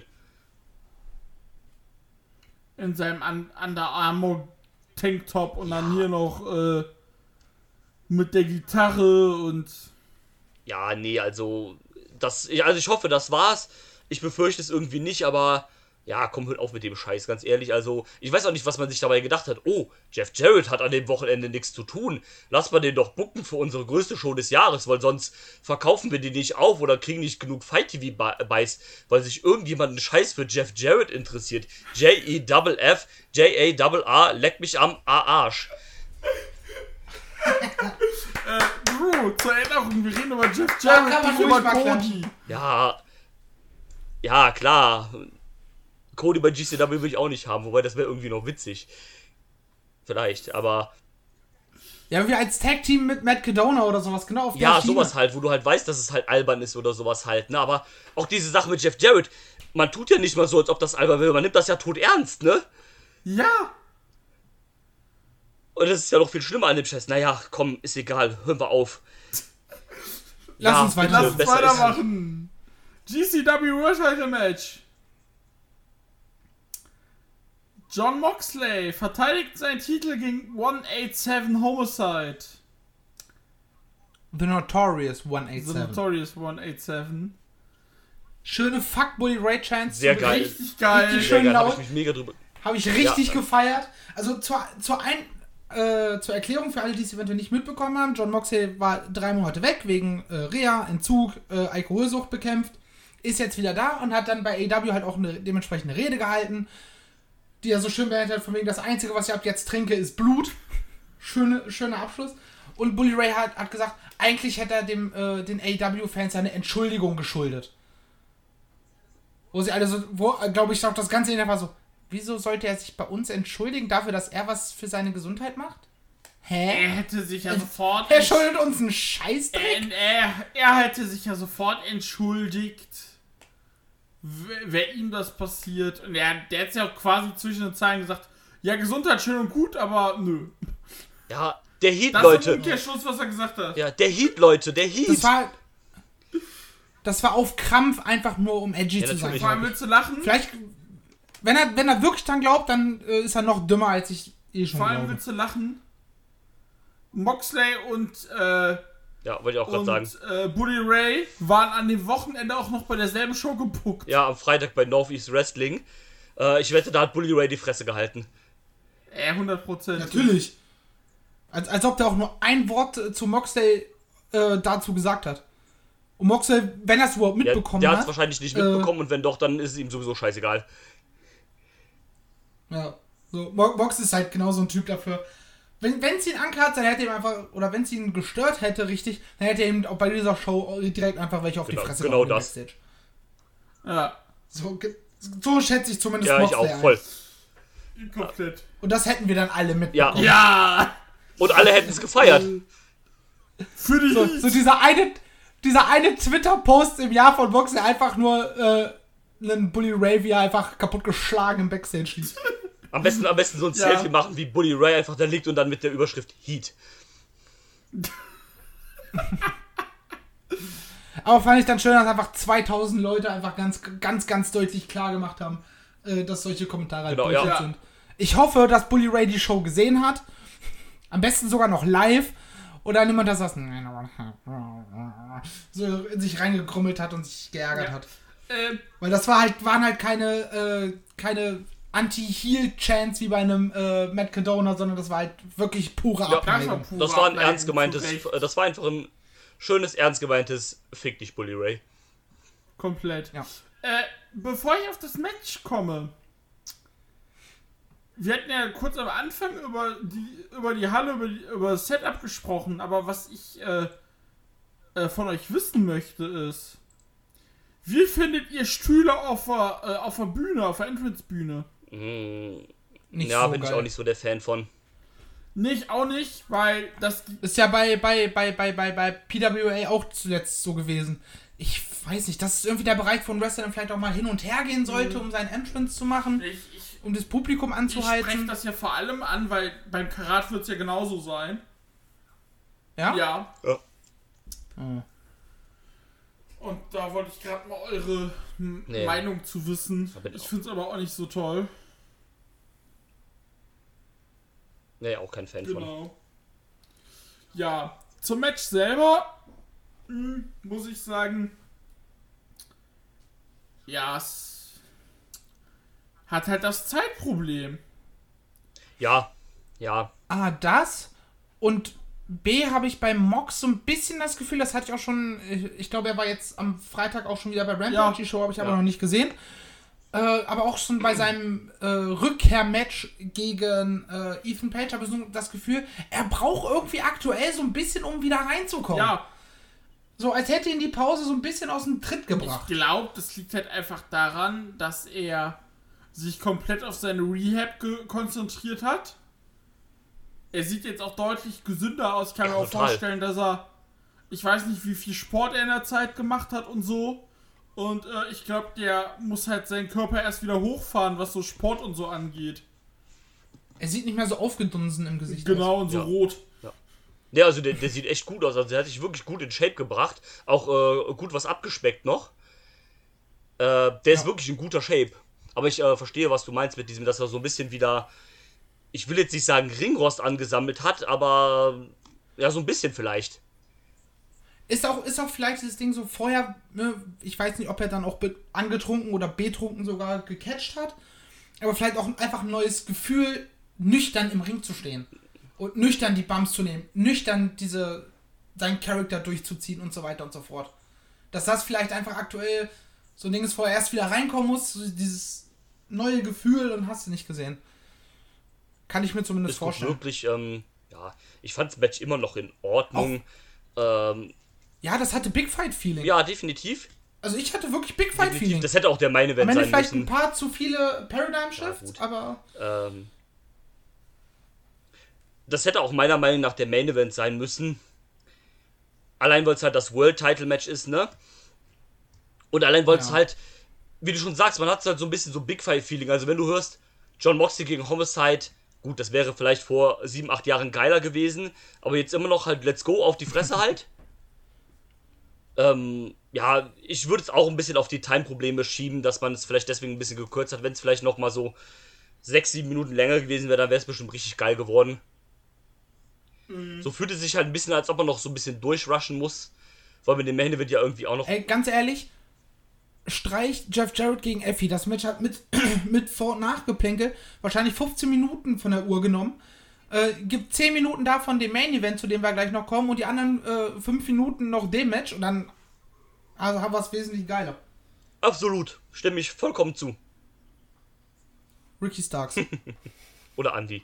In seinem Under Armour Tanktop und dann hier noch mit der Gitarre und... Ja, nee, also ich hoffe, das war's. Ich befürchte es irgendwie nicht, aber ja, komm, hört auf mit dem Scheiß, ganz ehrlich. Also, ich weiß auch nicht, was man sich dabei gedacht hat. Oh, Jeff Jarrett hat an dem Wochenende nichts zu tun. Lass mal den doch booken für unsere größte Show des Jahres, weil sonst verkaufen wir die nicht auf oder kriegen nicht genug Fight-TV-Buys, weil sich irgendjemand einen Scheiß für Jeff Jarrett interessiert. J-E-F-F, J-A-R-R, leck mich am Arsch. Drew, zur Erinnerung, wir reden über Jeff Jarrett, nicht über Cody. Ja, klar. Cody bei GCW will ich auch nicht haben, wobei das wäre irgendwie noch witzig. Vielleicht, aber... Ja, wie als Tag-Team mit Matt Cardona oder sowas, genau auf der Ja, Schiene. sowas halt, wo du halt weißt, dass es halt albern ist oder sowas halt, ne? Aber auch diese Sache mit Jeff Jarrett, man tut ja nicht mal so, als ob das albern wäre, man nimmt das ja tot ernst, ne? Ja. Und das ist ja noch viel schlimmer an dem Scheiß. Naja, komm, ist egal, hören wir auf. Lass uns weitermachen. GCW World Title Match. Jon Moxley verteidigt seinen Titel gegen 187 Homicide. The Notorious The 187. Notorious 187. Schöne Fuckbully Ray Chants. Sehr geil. Richtig geil. Richtig Sehr schön geil, laut. habe ich mich mega drüber. Habe ich richtig gefeiert. Also zur Erklärung für alle, die es eventuell nicht mitbekommen haben. Jon Moxley war 3 Monate weg wegen Reha, Entzug, Alkoholsucht bekämpft. Ist jetzt wieder da und hat dann bei AEW halt auch eine dementsprechende Rede gehalten, die er so schön beendet hat, von wegen das Einzige, was ich ab jetzt trinke, ist Blut. Schöner Abschluss. Und Bully Ray hat gesagt, eigentlich hätte er den AEW-Fans eine Entschuldigung geschuldet. Wo sie alle so, glaube ich, auch das ganze Internet war so, wieso sollte er sich bei uns entschuldigen dafür, dass er was für seine Gesundheit macht? Hä? Er hätte sich ja sofort... Er schuldet uns einen Scheißdreck? Er hätte sich ja sofort entschuldigt, wer ihm das passiert. Und der hat es ja auch quasi zwischen den Zeilen gesagt, ja, Gesundheit schön und gut, aber nö. Ja, der Heat, Das Leute. ist der Schluss, was er gesagt hat. Ja, der Heat, Leute, der Heat. Das war auf Krampf einfach nur, um edgy zu sein. natürlich. Vor allem willst du lachen? Vielleicht, wenn er wirklich dran glaubt, dann ist er noch dümmer, als ich schon Vor allem glaube. willst du lachen? Moxley und Ja, wollte ich auch gerade sagen. Bully Ray waren an dem Wochenende auch noch bei derselben Show gebuckt. Ja, am Freitag bei Northeast Wrestling. Ich wette, da hat Bully Ray die Fresse gehalten. 100%. Natürlich. Als ob der auch nur ein Wort zu Moxley dazu gesagt hat. Und Moxley, wenn er es überhaupt mitbekommen der hat es hat... wahrscheinlich nicht mitbekommen und wenn doch, dann ist es ihm sowieso scheißegal. Ja, so, Mox ist halt genau so ein Typ dafür. Wenn es ihn angehört, dann hätte er ihm einfach, oder wenn es ihn gestört hätte, richtig, dann hätte er ihm auch bei dieser Show direkt einfach welche auf die Fresse genau gehauen im das. Backstage. Ja, So schätze ich zumindest Ja, ich Moxley auch, voll. komplett. Und das hätten wir dann alle mitbekommen. Ja! Und alle hätten es gefeiert. Für die Heat. So dieser eine Twitter-Post im Jahr von Moxley einfach nur einen Bully Ray, wie er einfach kaputt geschlagen im Backstage liegt. Am besten so ein Selfie machen, wie Bully Ray einfach da liegt und dann mit der Überschrift Heat. Aber fand ich dann schön, dass einfach 2000 Leute einfach ganz deutlich klar gemacht haben, dass solche Kommentare halt Bullshit ja. sind. Ich hoffe, dass Bully Ray die Show gesehen hat. Am besten sogar noch live. Oder niemand das so in sich reingekrummelt hat und sich geärgert hat. Weil das waren halt keine Anti-Heel-Chants wie bei einem Matt Cardona, sondern das war halt wirklich pure Abneigung. Das war ein ernst gemeintes, das war einfach ein schönes, ernst gemeintes Fick dich, Bully Ray. Komplett. Ja. Bevor ich auf das Match komme, wir hatten ja kurz am Anfang über die Halle, über das Setup gesprochen, aber was ich von euch wissen möchte ist, wie findet ihr Stühle auf der Bühne, auf der Entrance-Bühne? Nicht Ja, so bin geil. ich auch nicht so der Fan von. Auch nicht, weil das... Ist ja bei PWA auch zuletzt so gewesen. Ich weiß nicht, das ist irgendwie der Bereich, wo ein Wrestler vielleicht auch mal hin und her gehen sollte, um seinen Entrance zu machen, um das Publikum Ich anzuheizen. spreche das ja vor allem an, weil beim Karat wird es ja genauso sein. Ja? Ja. Ja. Oh. Und da wollte ich gerade mal eure Meinung zu wissen. Ich finde es aber auch nicht so toll. Nee, auch kein Fan von. Genau. Ja, zum Match selber muss ich sagen, ja, es hat halt das Zeitproblem. Ja. A, das. Und B, habe ich bei Mox so ein bisschen das Gefühl, das hatte ich auch schon, ich glaube, er war jetzt am Freitag auch schon wieder bei Rampage, Ja. die Show habe ich aber noch nicht gesehen. Aber auch schon bei seinem Rückkehrmatch gegen Ethan Page habe ich so das Gefühl, er braucht irgendwie aktuell so ein bisschen, um wieder reinzukommen. Ja, So, als hätte ihn die Pause so ein bisschen aus dem Tritt gebracht. ich glaube, das liegt halt einfach daran, dass er sich komplett auf seine Rehab konzentriert hat. Er sieht jetzt auch deutlich gesünder aus. Ich kann mir auch total. vorstellen, dass er, ich weiß nicht, wie viel Sport er in der Zeit gemacht hat und so. Und ich glaube, der muss halt seinen Körper erst wieder hochfahren, was so Sport und so angeht. Er sieht nicht mehr so aufgedunsen im Gesicht Genau, aus. und so rot. Ja, also der sieht echt gut aus. Also der hat sich wirklich gut in Shape gebracht. Auch gut was abgespeckt noch. Der ist wirklich in guter Shape. Aber ich verstehe, was du meinst mit diesem, dass er so ein bisschen wieder, ich will jetzt nicht sagen Ringrost angesammelt hat, aber ja, so ein bisschen vielleicht. Ist auch vielleicht das Ding so vorher, ne, ich weiß nicht, ob er dann auch angetrunken oder betrunken sogar gecatcht hat, aber vielleicht auch einfach ein neues Gefühl, nüchtern im Ring zu stehen und nüchtern die Bumps zu nehmen, nüchtern seinen Charakter durchzuziehen und so weiter und so fort. Dass das vielleicht einfach aktuell so ein Ding ist, wo er erst wieder reinkommen muss, so dieses neue Gefühl, und hast du nicht gesehen. Kann ich mir zumindest ist vorstellen. Wirklich, ja, ich fand das Match immer noch in Ordnung. Ja, das hatte Big Fight-Feeling. Ja, definitiv. Also ich hatte wirklich Big Fight-Feeling. Das hätte auch der Main Event Am Ende sein vielleicht müssen. ein paar zu viele Paradigm-Shifts, gut. aber... Das hätte auch meiner Meinung nach der Main Event sein müssen. Allein weil es halt das World Title Match ist, ne? Und allein weil es halt, wie du schon sagst, man hat halt so ein bisschen so Big Fight Feeling. Also wenn du hörst, Jon Moxley gegen Homicide, gut, das wäre vielleicht vor 7, 8 Jahren geiler gewesen, aber jetzt immer noch halt Let's Go auf die Fresse halt. Ja, ich würde es auch ein bisschen auf die Time-Probleme schieben, dass man es vielleicht deswegen ein bisschen gekürzt hat. Wenn es vielleicht noch mal so 6, 7 Minuten länger gewesen wäre, dann wäre es bestimmt richtig geil geworden. So fühlt es sich halt ein bisschen, als ob man noch so ein bisschen durchrushen muss. Weil mit dem Main Event ja irgendwie auch noch... Ey, ganz ehrlich, streicht Jeff Jarrett gegen Effie. Das Match hat mit Vor- und Nachgeplänkel wahrscheinlich 15 Minuten von der Uhr genommen. Gibt 10 Minuten davon dem Main Event, zu dem wir gleich noch kommen, und die anderen 5 Minuten noch dem Match, und dann haben wir es wesentlich geiler. Absolut, stimme ich vollkommen zu. Ricky Starks. Oder Andy.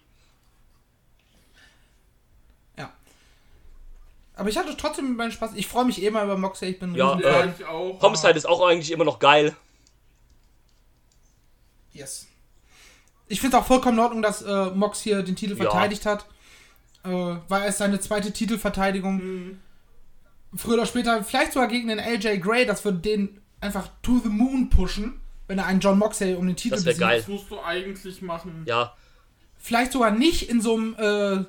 Ja. Aber ich hatte trotzdem meinen Spaß. Ich freue mich mal über Moxley. Ich bin ein Ja, Riesenfan. Ich auch. Homicide ist auch eigentlich immer noch geil. Yes. Ich finde es auch vollkommen in Ordnung, dass Mox hier den Titel verteidigt hat. War es seine zweite Titelverteidigung. Früher oder später, vielleicht sogar gegen den LJ Gray, dass wir den einfach to the moon pushen, wenn er einen Jon Moxley um den Titel Das wäre geil. Das musst du eigentlich machen. Ja, Vielleicht sogar nicht in so einem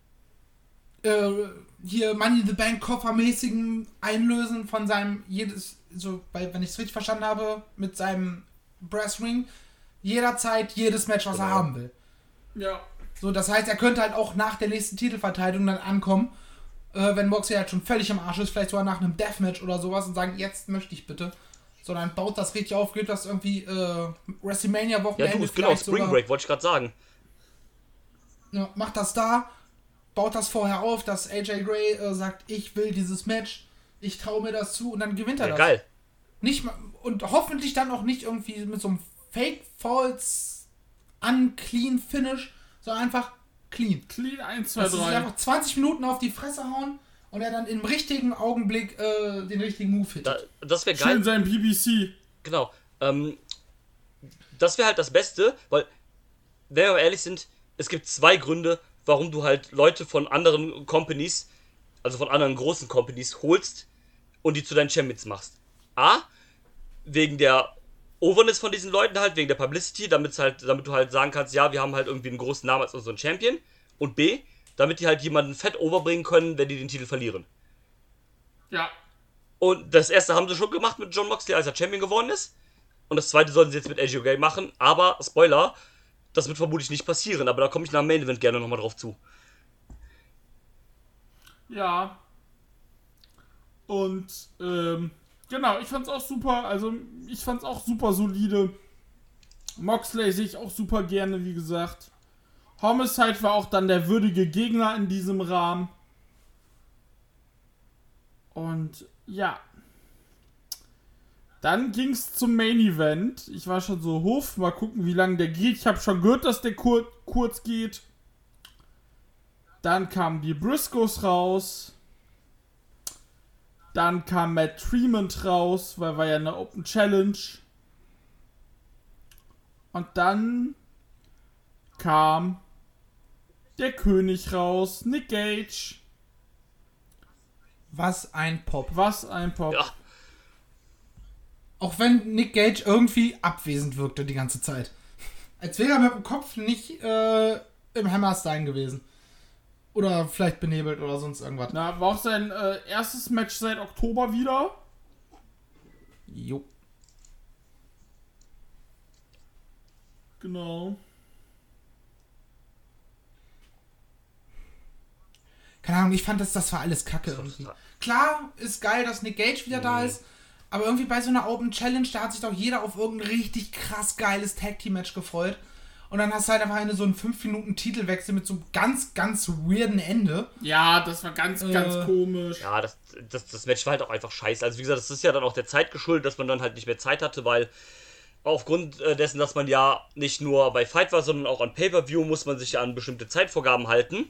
hier Money in the Bank Koffermäßigen Einlösen von seinem wenn ich es richtig verstanden habe, mit seinem Brass Ring, jederzeit jedes Match, was er haben will. Ja. So, das heißt, er könnte halt auch nach der nächsten Titelverteidigung dann ankommen, wenn Moxley halt schon völlig im Arsch ist, vielleicht sogar nach einem Deathmatch oder sowas, und sagen, jetzt möchte ich bitte. Sondern baut das richtig auf, gibt das irgendwie WrestleMania-Wochenende. ja, du, genau, Spring Break, wollte ich gerade sagen. Ja, macht das da, baut das vorher auf, dass AJ Gray sagt, ich will dieses Match, ich traue mir das zu, und dann gewinnt er Ja, das. geil. Nicht mal, und hoffentlich dann auch nicht irgendwie mit so einem Fake-Falls unclean Finish, sondern einfach clean. Clean 1, 2, Dass sie sich 3. einfach 20 Minuten auf die Fresse hauen und er dann im richtigen Augenblick den richtigen Move hittet. Das wäre geil. Schön sein BBC. Genau. Das wäre halt das Beste, weil, wenn wir ehrlich sind, es gibt 2 Gründe, warum du halt Leute von anderen Companies, also von anderen großen Companies, holst und die zu deinen Champions machst. A, wegen der Overness von diesen Leuten halt, wegen der Publicity, damit du halt sagen kannst, ja, wir haben halt irgendwie einen großen Namen als unseren Champion. Und B, damit die halt jemanden fett overbringen können, wenn die den Titel verlieren. Ja. Und das erste haben sie schon gemacht mit Jon Moxley, als er Champion geworden ist. Und das zweite sollten sie jetzt mit AJ Gray machen. Aber, Spoiler, das wird vermutlich nicht passieren. Aber da komme ich nach dem Main Event gerne nochmal drauf zu. Ja. Und, genau, ich fand's auch super. Also, ich fand's auch super solide. Moxley sehe ich auch super gerne, wie gesagt. Homicide war auch dann der würdige Gegner in diesem Rahmen. Und, ja. Dann ging's zum Main Event. Ich war schon so, mal gucken, wie lange der geht. Ich habe schon gehört, dass der kurz geht. Dann kamen die Briscoes raus. Dann kam Matt Tremont raus, weil war ja eine Open Challenge. Und dann kam der König raus, Nick Gage. Was ein Pop. Was ein Pop. Ja. Auch wenn Nick Gage irgendwie abwesend wirkte die ganze Zeit. Als wäre er mit dem Kopf nicht im Hammerstein gewesen. Oder vielleicht benebelt oder sonst irgendwas. Na, war auch sein erstes Match seit Oktober wieder. Jo. Genau. Keine Ahnung, ich fand, das war alles kacke irgendwie. Klar, ist geil, dass Nick Gage wieder da ist, aber irgendwie bei so einer Open Challenge, da hat sich doch jeder auf irgendein richtig krass geiles Tag-Team-Match gefreut. Und dann hast du halt einfach so einen 5-Minuten-Titelwechsel mit so einem ganz, ganz weirden Ende. Ja, das war ganz komisch. Ja, das Match war halt auch einfach scheiße. Also wie gesagt, das ist ja dann auch der Zeit geschuldet, dass man dann halt nicht mehr Zeit hatte, weil aufgrund dessen, dass man ja nicht nur bei Fight war, sondern auch an Pay-Per-View, muss man sich ja an bestimmte Zeitvorgaben halten.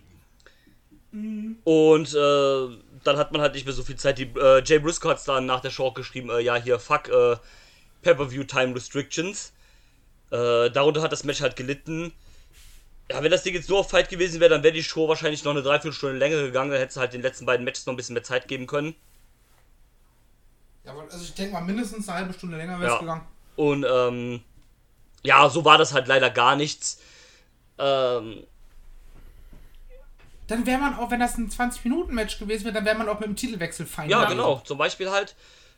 Und dann hat man halt nicht mehr so viel Zeit. Jay Briscoe hat es dann nach der Show auch geschrieben, ja hier, fuck Pay-Per-View Time Restrictions. Darunter hat das Match halt gelitten. Ja, wenn das Ding jetzt nur auf Fight gewesen wäre, dann wäre die Show wahrscheinlich noch eine Dreiviertelstunde länger gegangen. Dann hättest du halt den letzten beiden Matches noch ein bisschen mehr Zeit geben können. Ja, also ich denke mal, mindestens eine halbe Stunde länger wäre es gegangen. Und ja, so war das halt leider gar nichts. Dann wäre man auch, wenn das ein 20-Minuten-Match gewesen wäre, dann wäre man auch mit dem Titelwechsel fein. Ja, genau. Zum Beispiel halt.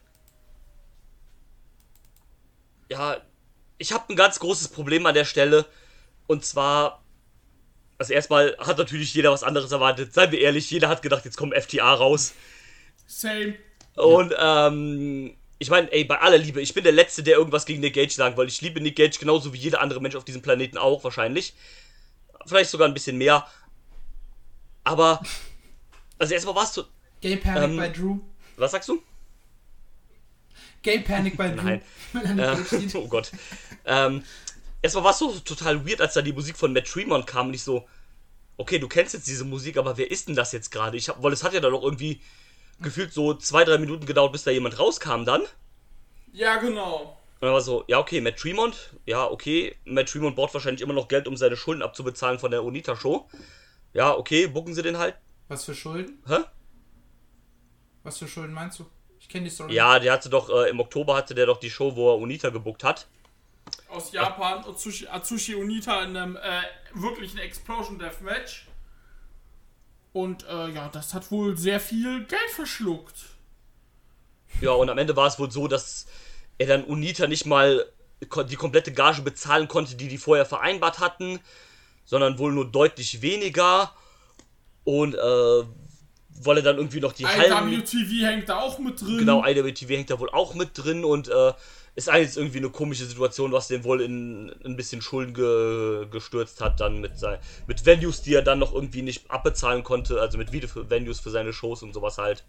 Ja, ich habe ein ganz großes Problem an der Stelle. Und zwar, also erstmal hat natürlich jeder was anderes erwartet. Seien wir ehrlich, jeder hat gedacht, jetzt kommt FTA raus. Same. Und ich meine, ey, bei aller Liebe, ich bin der Letzte, der irgendwas gegen Nick Gage sagen, weil ich liebe Nick Gage genauso wie jeder andere Mensch auf diesem Planeten auch, wahrscheinlich. Vielleicht sogar ein bisschen mehr. Aber, also erstmal warst du... Gay Panic bei Drew. Was sagst du? Gay Panic bei Drew. Nein. Oh Gott. Erstmal war es so total weird, als da die Musik von Matt Tremont kam und ich so, okay, du kennst jetzt diese Musik, aber wer ist denn das jetzt gerade? Weil es hat ja dann noch irgendwie gefühlt so 2-3 Minuten gedauert, bis da jemand rauskam dann. Ja, genau. Und dann war so, ja okay, Matt Tremont, ja okay, Matt Tremont braucht wahrscheinlich immer noch Geld, um seine Schulden abzubezahlen von der Onita-Show. Ja, okay, booken sie den halt. Was für Schulden? Hä? Was für Schulden meinst du? Ich kenne die Story. Ja, der hatte doch, im Oktober hatte der doch die Show, wo er Onita gebuckt hat. Aus Japan, Atsushi Onita in einem wirklichen Explosion Deathmatch. Und ja, das hat wohl sehr viel Geld verschluckt. Ja, und am Ende war es wohl so, dass er dann Onita nicht mal die komplette Gage bezahlen konnte, die vorher vereinbart hatten, sondern wohl nur deutlich weniger. Und weil er dann irgendwie noch die Hallen... IWTV hängt da auch mit drin. Genau, IWTV hängt da wohl auch mit drin und ist eigentlich irgendwie eine komische Situation, was den wohl in ein bisschen Schulden gestürzt hat, dann mit Venues, die er dann noch irgendwie nicht abbezahlen konnte, also mit Video-Venues für seine Shows und sowas halt.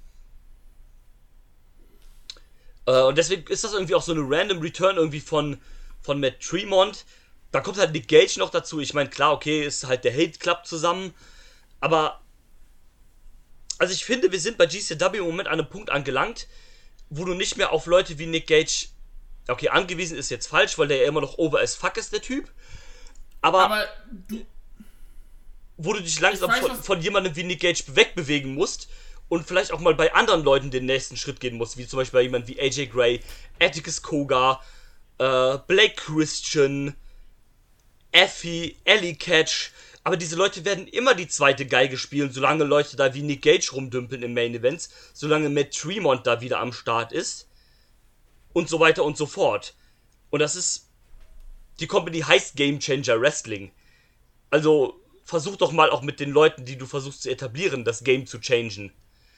Und deswegen ist das irgendwie auch so eine random Return irgendwie von Matt Tremont. Da kommt halt Nick Gage noch dazu. Ich meine, klar, okay, ist halt der Hate Club zusammen, aber also ich finde, wir sind bei GCW im Moment an einem Punkt angelangt, wo du nicht mehr auf Leute wie Nick Gage, okay, angewiesen ist jetzt falsch, weil der ja immer noch over as fuck ist, der Typ, aber wo du dich langsam von jemandem wie Nick Gage wegbewegen musst und vielleicht auch mal bei anderen Leuten den nächsten Schritt gehen musst, wie zum Beispiel bei jemandem wie AJ Gray, Atticus Koga, Blake Christian, Effie, Ellie Catch. Aber diese Leute werden immer die zweite Geige spielen, solange Leute da wie Nick Gage rumdümpeln im Main Events, solange Matt Tremont da wieder am Start ist und so weiter und so fort. Und das ist, die Company heißt Game Changer Wrestling. Also versuch doch mal auch mit den Leuten, die du versuchst zu etablieren, das Game zu changen.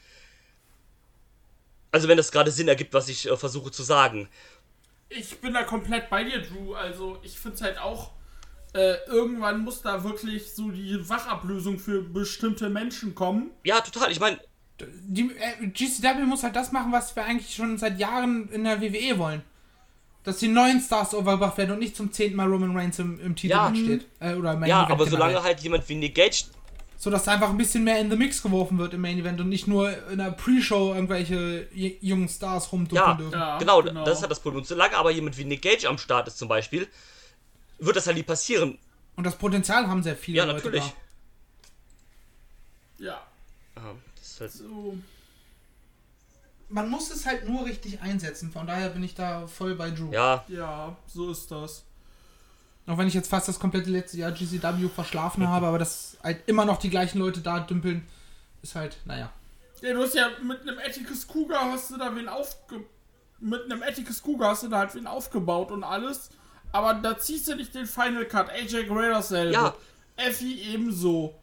Also wenn das gerade Sinn ergibt, was ich versuche zu sagen. Ich bin da komplett bei dir, Drew. Also ich finde es halt auch, irgendwann muss da wirklich so die Wachablösung für bestimmte Menschen kommen. Ja, total. Ich meine, GCW muss halt das machen, was wir eigentlich schon seit Jahren in der WWE wollen. Dass die neuen Stars overgebracht werden und nicht zum 10. Mal Roman Reigns im Titel steht. Oder im Main ja, Event aber generell. solange halt jemand wie Nick Gage... So, dass da einfach ein bisschen mehr in the Mix geworfen wird im Main Event und nicht nur in der Pre-Show irgendwelche jungen Stars rumducken dürfen. Ja, genau, das ist halt das Problem. Und solange aber jemand wie Nick Gage am Start ist zum Beispiel, wird das halt nie passieren. Und das Potenzial haben sehr viele Leute. Natürlich. Da. Ja. Das ist halt so. Man muss es halt nur richtig einsetzen, von daher bin ich da voll bei Drew. Ja. Ja, so ist das. Auch wenn ich jetzt fast das komplette letzte Jahr GCW verschlafen habe, aber dass halt immer noch die gleichen Leute da dümpeln, ist halt, naja. Ja, du hast ja mit einem Atticus Cougar hast du da wen halt wen aufgebaut und alles, aber da ziehst du nicht den Final Cut. AJ Gray dasselbe. Ja. Effie ebenso.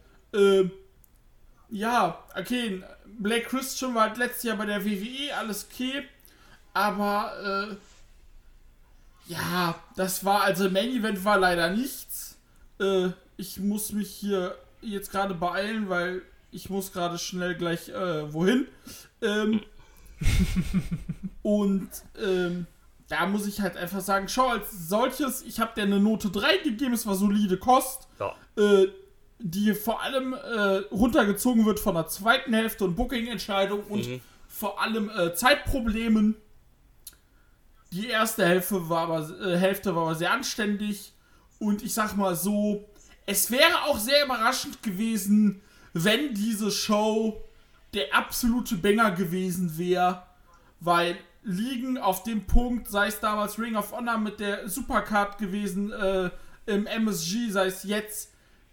Ja, okay, Blake Christian war halt letztes Jahr bei der WWE, alles okay, aber ja, das war, also Main Event war leider nichts. Ich muss mich hier jetzt gerade beeilen, weil ich muss gerade schnell gleich wohin. Und da muss ich halt einfach sagen, schau, als solches, ich habe dir eine Note 3 gegeben, es war solide Kost, Ja. die vor allem runtergezogen wird von der zweiten Hälfte und Booking-Entscheidung und vor allem Zeitproblemen. Die erste Hälfte war aber sehr anständig und ich sag mal so, es wäre auch sehr überraschend gewesen, wenn diese Show der absolute Banger gewesen wäre, weil liegen auf dem Punkt, sei es damals Ring of Honor mit der Supercard gewesen, im MSG, sei es jetzt,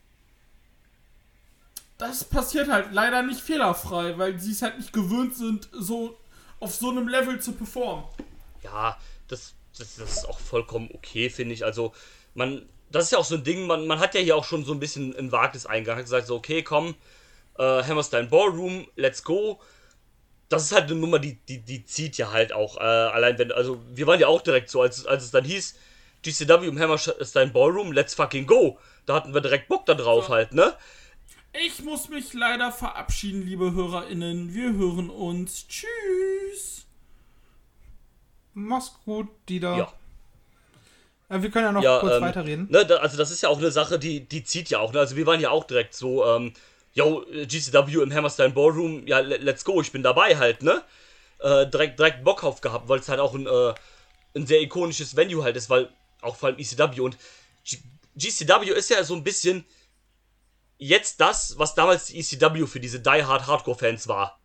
das passiert halt leider nicht fehlerfrei, weil sie es halt nicht gewöhnt sind, so auf so einem Level zu performen. Ja, das ist auch vollkommen okay, finde ich. Also, das ist ja auch so ein Ding, man hat ja hier auch schon so ein bisschen ein Wagnis eingegangen, hat gesagt so, okay, komm, Hammerstein Ballroom, let's go. Das ist halt eine Nummer, die zieht ja halt auch, allein wenn, also, wir waren ja auch direkt so, als es dann hieß, GCW im Hammerstein Ballroom, let's fucking go. Da hatten wir direkt Bock da drauf halt, ne? Ich muss mich leider verabschieden, liebe HörerInnen. Wir hören uns. Tschüss. Mach's gut, Dieter. Ja. Wir können ja noch kurz weiterreden. Ne, also das ist ja auch eine Sache, die zieht ja auch. Ne? Also wir waren ja auch direkt so, GCW im Hammerstein Ballroom, ja, let's go, ich bin dabei halt, ne? Direkt Bock auf gehabt, weil es halt auch ein sehr ikonisches Venue halt ist, weil auch vor allem ECW und GCW ist ja so ein bisschen jetzt das, was damals die ECW für diese Die Hard Hardcore-Fans war.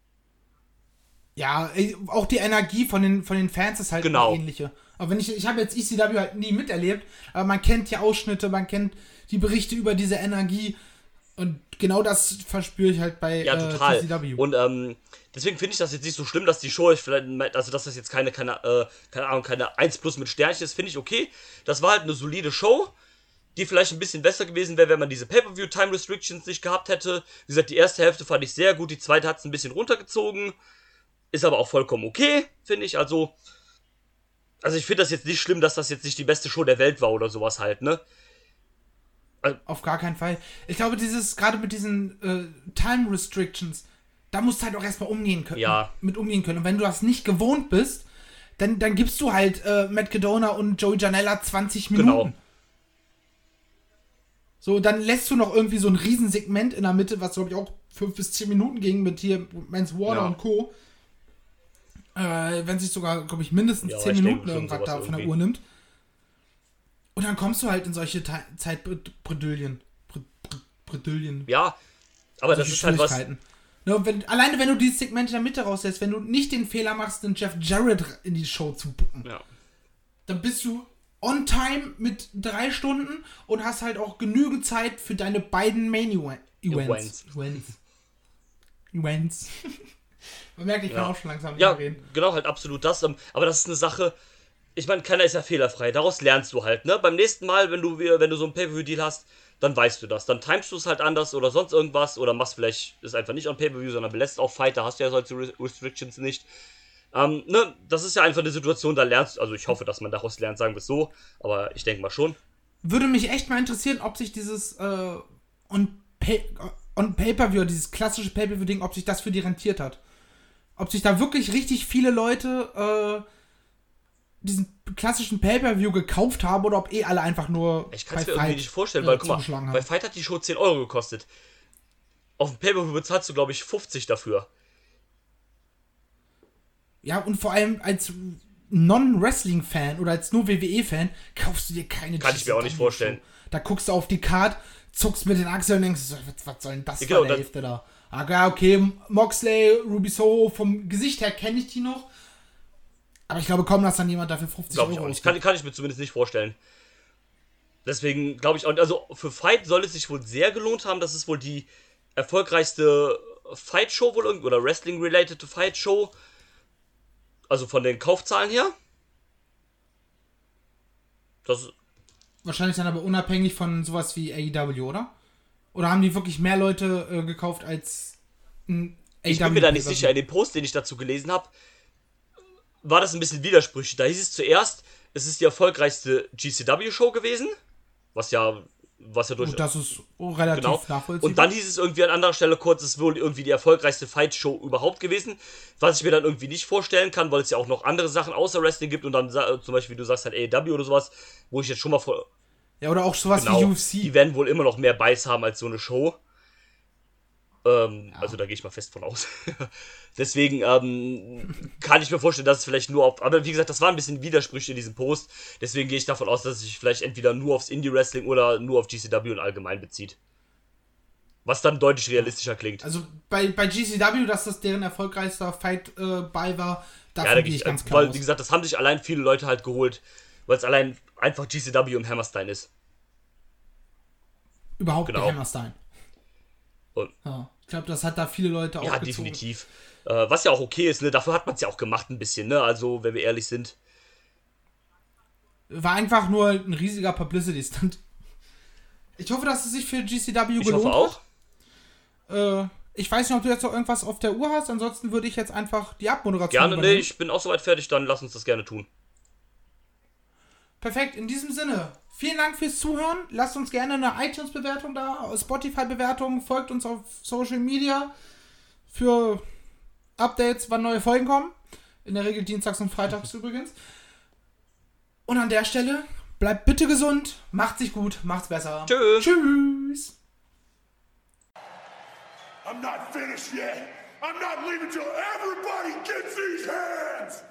Ja, auch die Energie von den Fans ist halt Genau. eine ähnliche. Aber ich habe jetzt ECW halt nie miterlebt, aber man kennt die Ausschnitte, man kennt die Berichte über diese Energie und genau das verspüre ich halt bei total. ECW. Und deswegen finde ich das jetzt nicht so schlimm, dass die Show vielleicht, also dass das jetzt keine 1+ mit Sternchen ist, finde ich okay. Das war halt eine solide Show, die vielleicht ein bisschen besser gewesen wäre, wenn man diese Pay-Per-View-Time-Restrictions nicht gehabt hätte. Wie gesagt, die erste Hälfte fand ich sehr gut, die zweite hat es ein bisschen runtergezogen. Ist aber auch vollkommen okay, finde ich. Also ich finde das jetzt nicht schlimm, dass das jetzt nicht die beste Show der Welt war oder sowas halt, ne? Auf gar keinen Fall. Ich glaube, gerade mit diesen Time Restrictions, da musst du halt auch erstmal umgehen können. Ja. Mit umgehen können. Und wenn du das nicht gewohnt bist, dann gibst du halt Matt Cadona und Joey Janela 20 Minuten. Genau. So, dann lässt du noch irgendwie so ein Riesensegment in der Mitte, was glaube ich auch 5 bis 10 Minuten ging mit hier Mance Warner und Co. Wenn sich sogar, glaube ich, mindestens 10 Minuten irgendwas da von der Uhr nimmt. Und dann kommst du halt in solche Zeitbredouillen. Ja, aber das ist halt was. Alleine wenn du dieses Segment in der Mitte rauslässt, wenn du nicht den Fehler machst, den Jeff Jarrett in die Show zu bucken, dann bist du on time mit 3 Stunden und hast halt auch genügend Zeit für deine beiden Main-Events. Man merkt, ich kann auch schon langsam nicht mehr reden. Ja, genau, halt absolut das. Aber das ist eine Sache, ich meine, keiner ist ja fehlerfrei. Daraus lernst du halt, ne? Beim nächsten Mal, wenn du so einen Pay-Per-View-Deal hast, dann weißt du das. Dann timest du es halt anders oder sonst irgendwas oder machst vielleicht, ist einfach nicht on Pay-Per-View, sondern belässt auch Fight, da hast du ja solche Restrictions nicht. Ne? Das ist ja einfach eine Situation, da lernst du, also ich hoffe, dass man daraus lernt, sagen wir es so, aber ich denke mal schon. Würde mich echt mal interessieren, ob sich dieses on Pay-Per-View, dieses klassische Pay-Per-View-Ding, ob sich das für die rentiert hat. Ob sich da wirklich richtig viele Leute diesen klassischen Pay-Per-View gekauft haben oder ob alle einfach nur ich kann es mir irgendwie nicht vorstellen, weil guck mal, bei Fight hat die Show 10 Euro gekostet. Auf dem Pay-Per-View bezahlst du, glaube ich, 50 dafür. Ja, und vor allem als Non-Wrestling-Fan oder als nur WWE-Fan kaufst du dir keine Kann ich mir auch nicht vorstellen. Da guckst du auf die Card, zuckst mit den Achseln und denkst, was soll denn das für eine Hälfte da? Okay, Moxley, Ruby Soho, vom Gesicht her kenne ich die noch. Aber ich glaube kaum, dass dann jemand dafür 50 Euro ausgibt. Kann ich mir zumindest nicht vorstellen. Deswegen glaube ich auch, also für Fight soll es sich wohl sehr gelohnt haben. Das ist wohl die erfolgreichste Fight-Show wohl irgendwie, oder Wrestling-related Fight-Show. Also von den Kaufzahlen her. Das Wahrscheinlich dann aber unabhängig von sowas wie AEW, oder? Oder haben die wirklich mehr Leute gekauft als ein AEW? Ich bin mir da nicht sicher. In dem Post, den ich dazu gelesen habe, war das ein bisschen widersprüchlich. Da hieß es zuerst, es ist die erfolgreichste GCW-Show gewesen. Was ja durch... Das ist relativ nachvollziehbar. Und dann hieß es irgendwie an anderer Stelle kurz, es ist wohl irgendwie die erfolgreichste Fight-Show überhaupt gewesen. Was ich mir dann irgendwie nicht vorstellen kann, weil es ja auch noch andere Sachen außer Wrestling gibt. Und dann zum Beispiel, wie du sagst, halt AEW oder sowas, wo ich jetzt schon mal vor... Ja, oder auch sowas wie UFC. Die werden wohl immer noch mehr Buys haben als so eine Show. Also da gehe ich mal fest von aus. Deswegen kann ich mir vorstellen, dass es vielleicht nur auf... Aber wie gesagt, das war ein bisschen Widersprüche in diesem Post. Deswegen gehe ich davon aus, dass es sich vielleicht entweder nur aufs Indie-Wrestling oder nur auf GCW und allgemein bezieht. Was dann deutlich realistischer klingt. Also bei GCW, dass das deren erfolgreichster Fight bei war, davon gehe ich ganz klar weil, aus. wie gesagt, das haben sich allein viele Leute halt geholt, weil es allein einfach GCW im Hammerstein ist. Überhaupt der Hammerstein. Und ja, ich glaube, das hat da viele Leute auch gezogen. Definitiv. Was ja auch okay ist, ne? Dafür hat man es ja auch gemacht ein bisschen, ne? Also, wenn wir ehrlich sind. War einfach nur ein riesiger Publicity-Stunt. Ich hoffe, dass es sich für GCW gelohnt hat. Ich hoffe auch. Ich weiß nicht, ob du jetzt noch irgendwas auf der Uhr hast, ansonsten würde ich jetzt einfach die Abmoderation Gerne, übernehmen. nee, ich bin auch soweit fertig, dann lass uns das gerne tun. Perfekt, in diesem Sinne, vielen Dank fürs Zuhören. Lasst uns gerne eine iTunes-Bewertung da, Spotify-Bewertung, folgt uns auf Social Media für Updates, wann neue Folgen kommen. In der Regel dienstags und freitags übrigens. Und an der Stelle, bleibt bitte gesund, macht sich gut, macht's besser. Tschüss. Tschüss. I'm not finished yet. I'm not leaving till everybody gets these hands.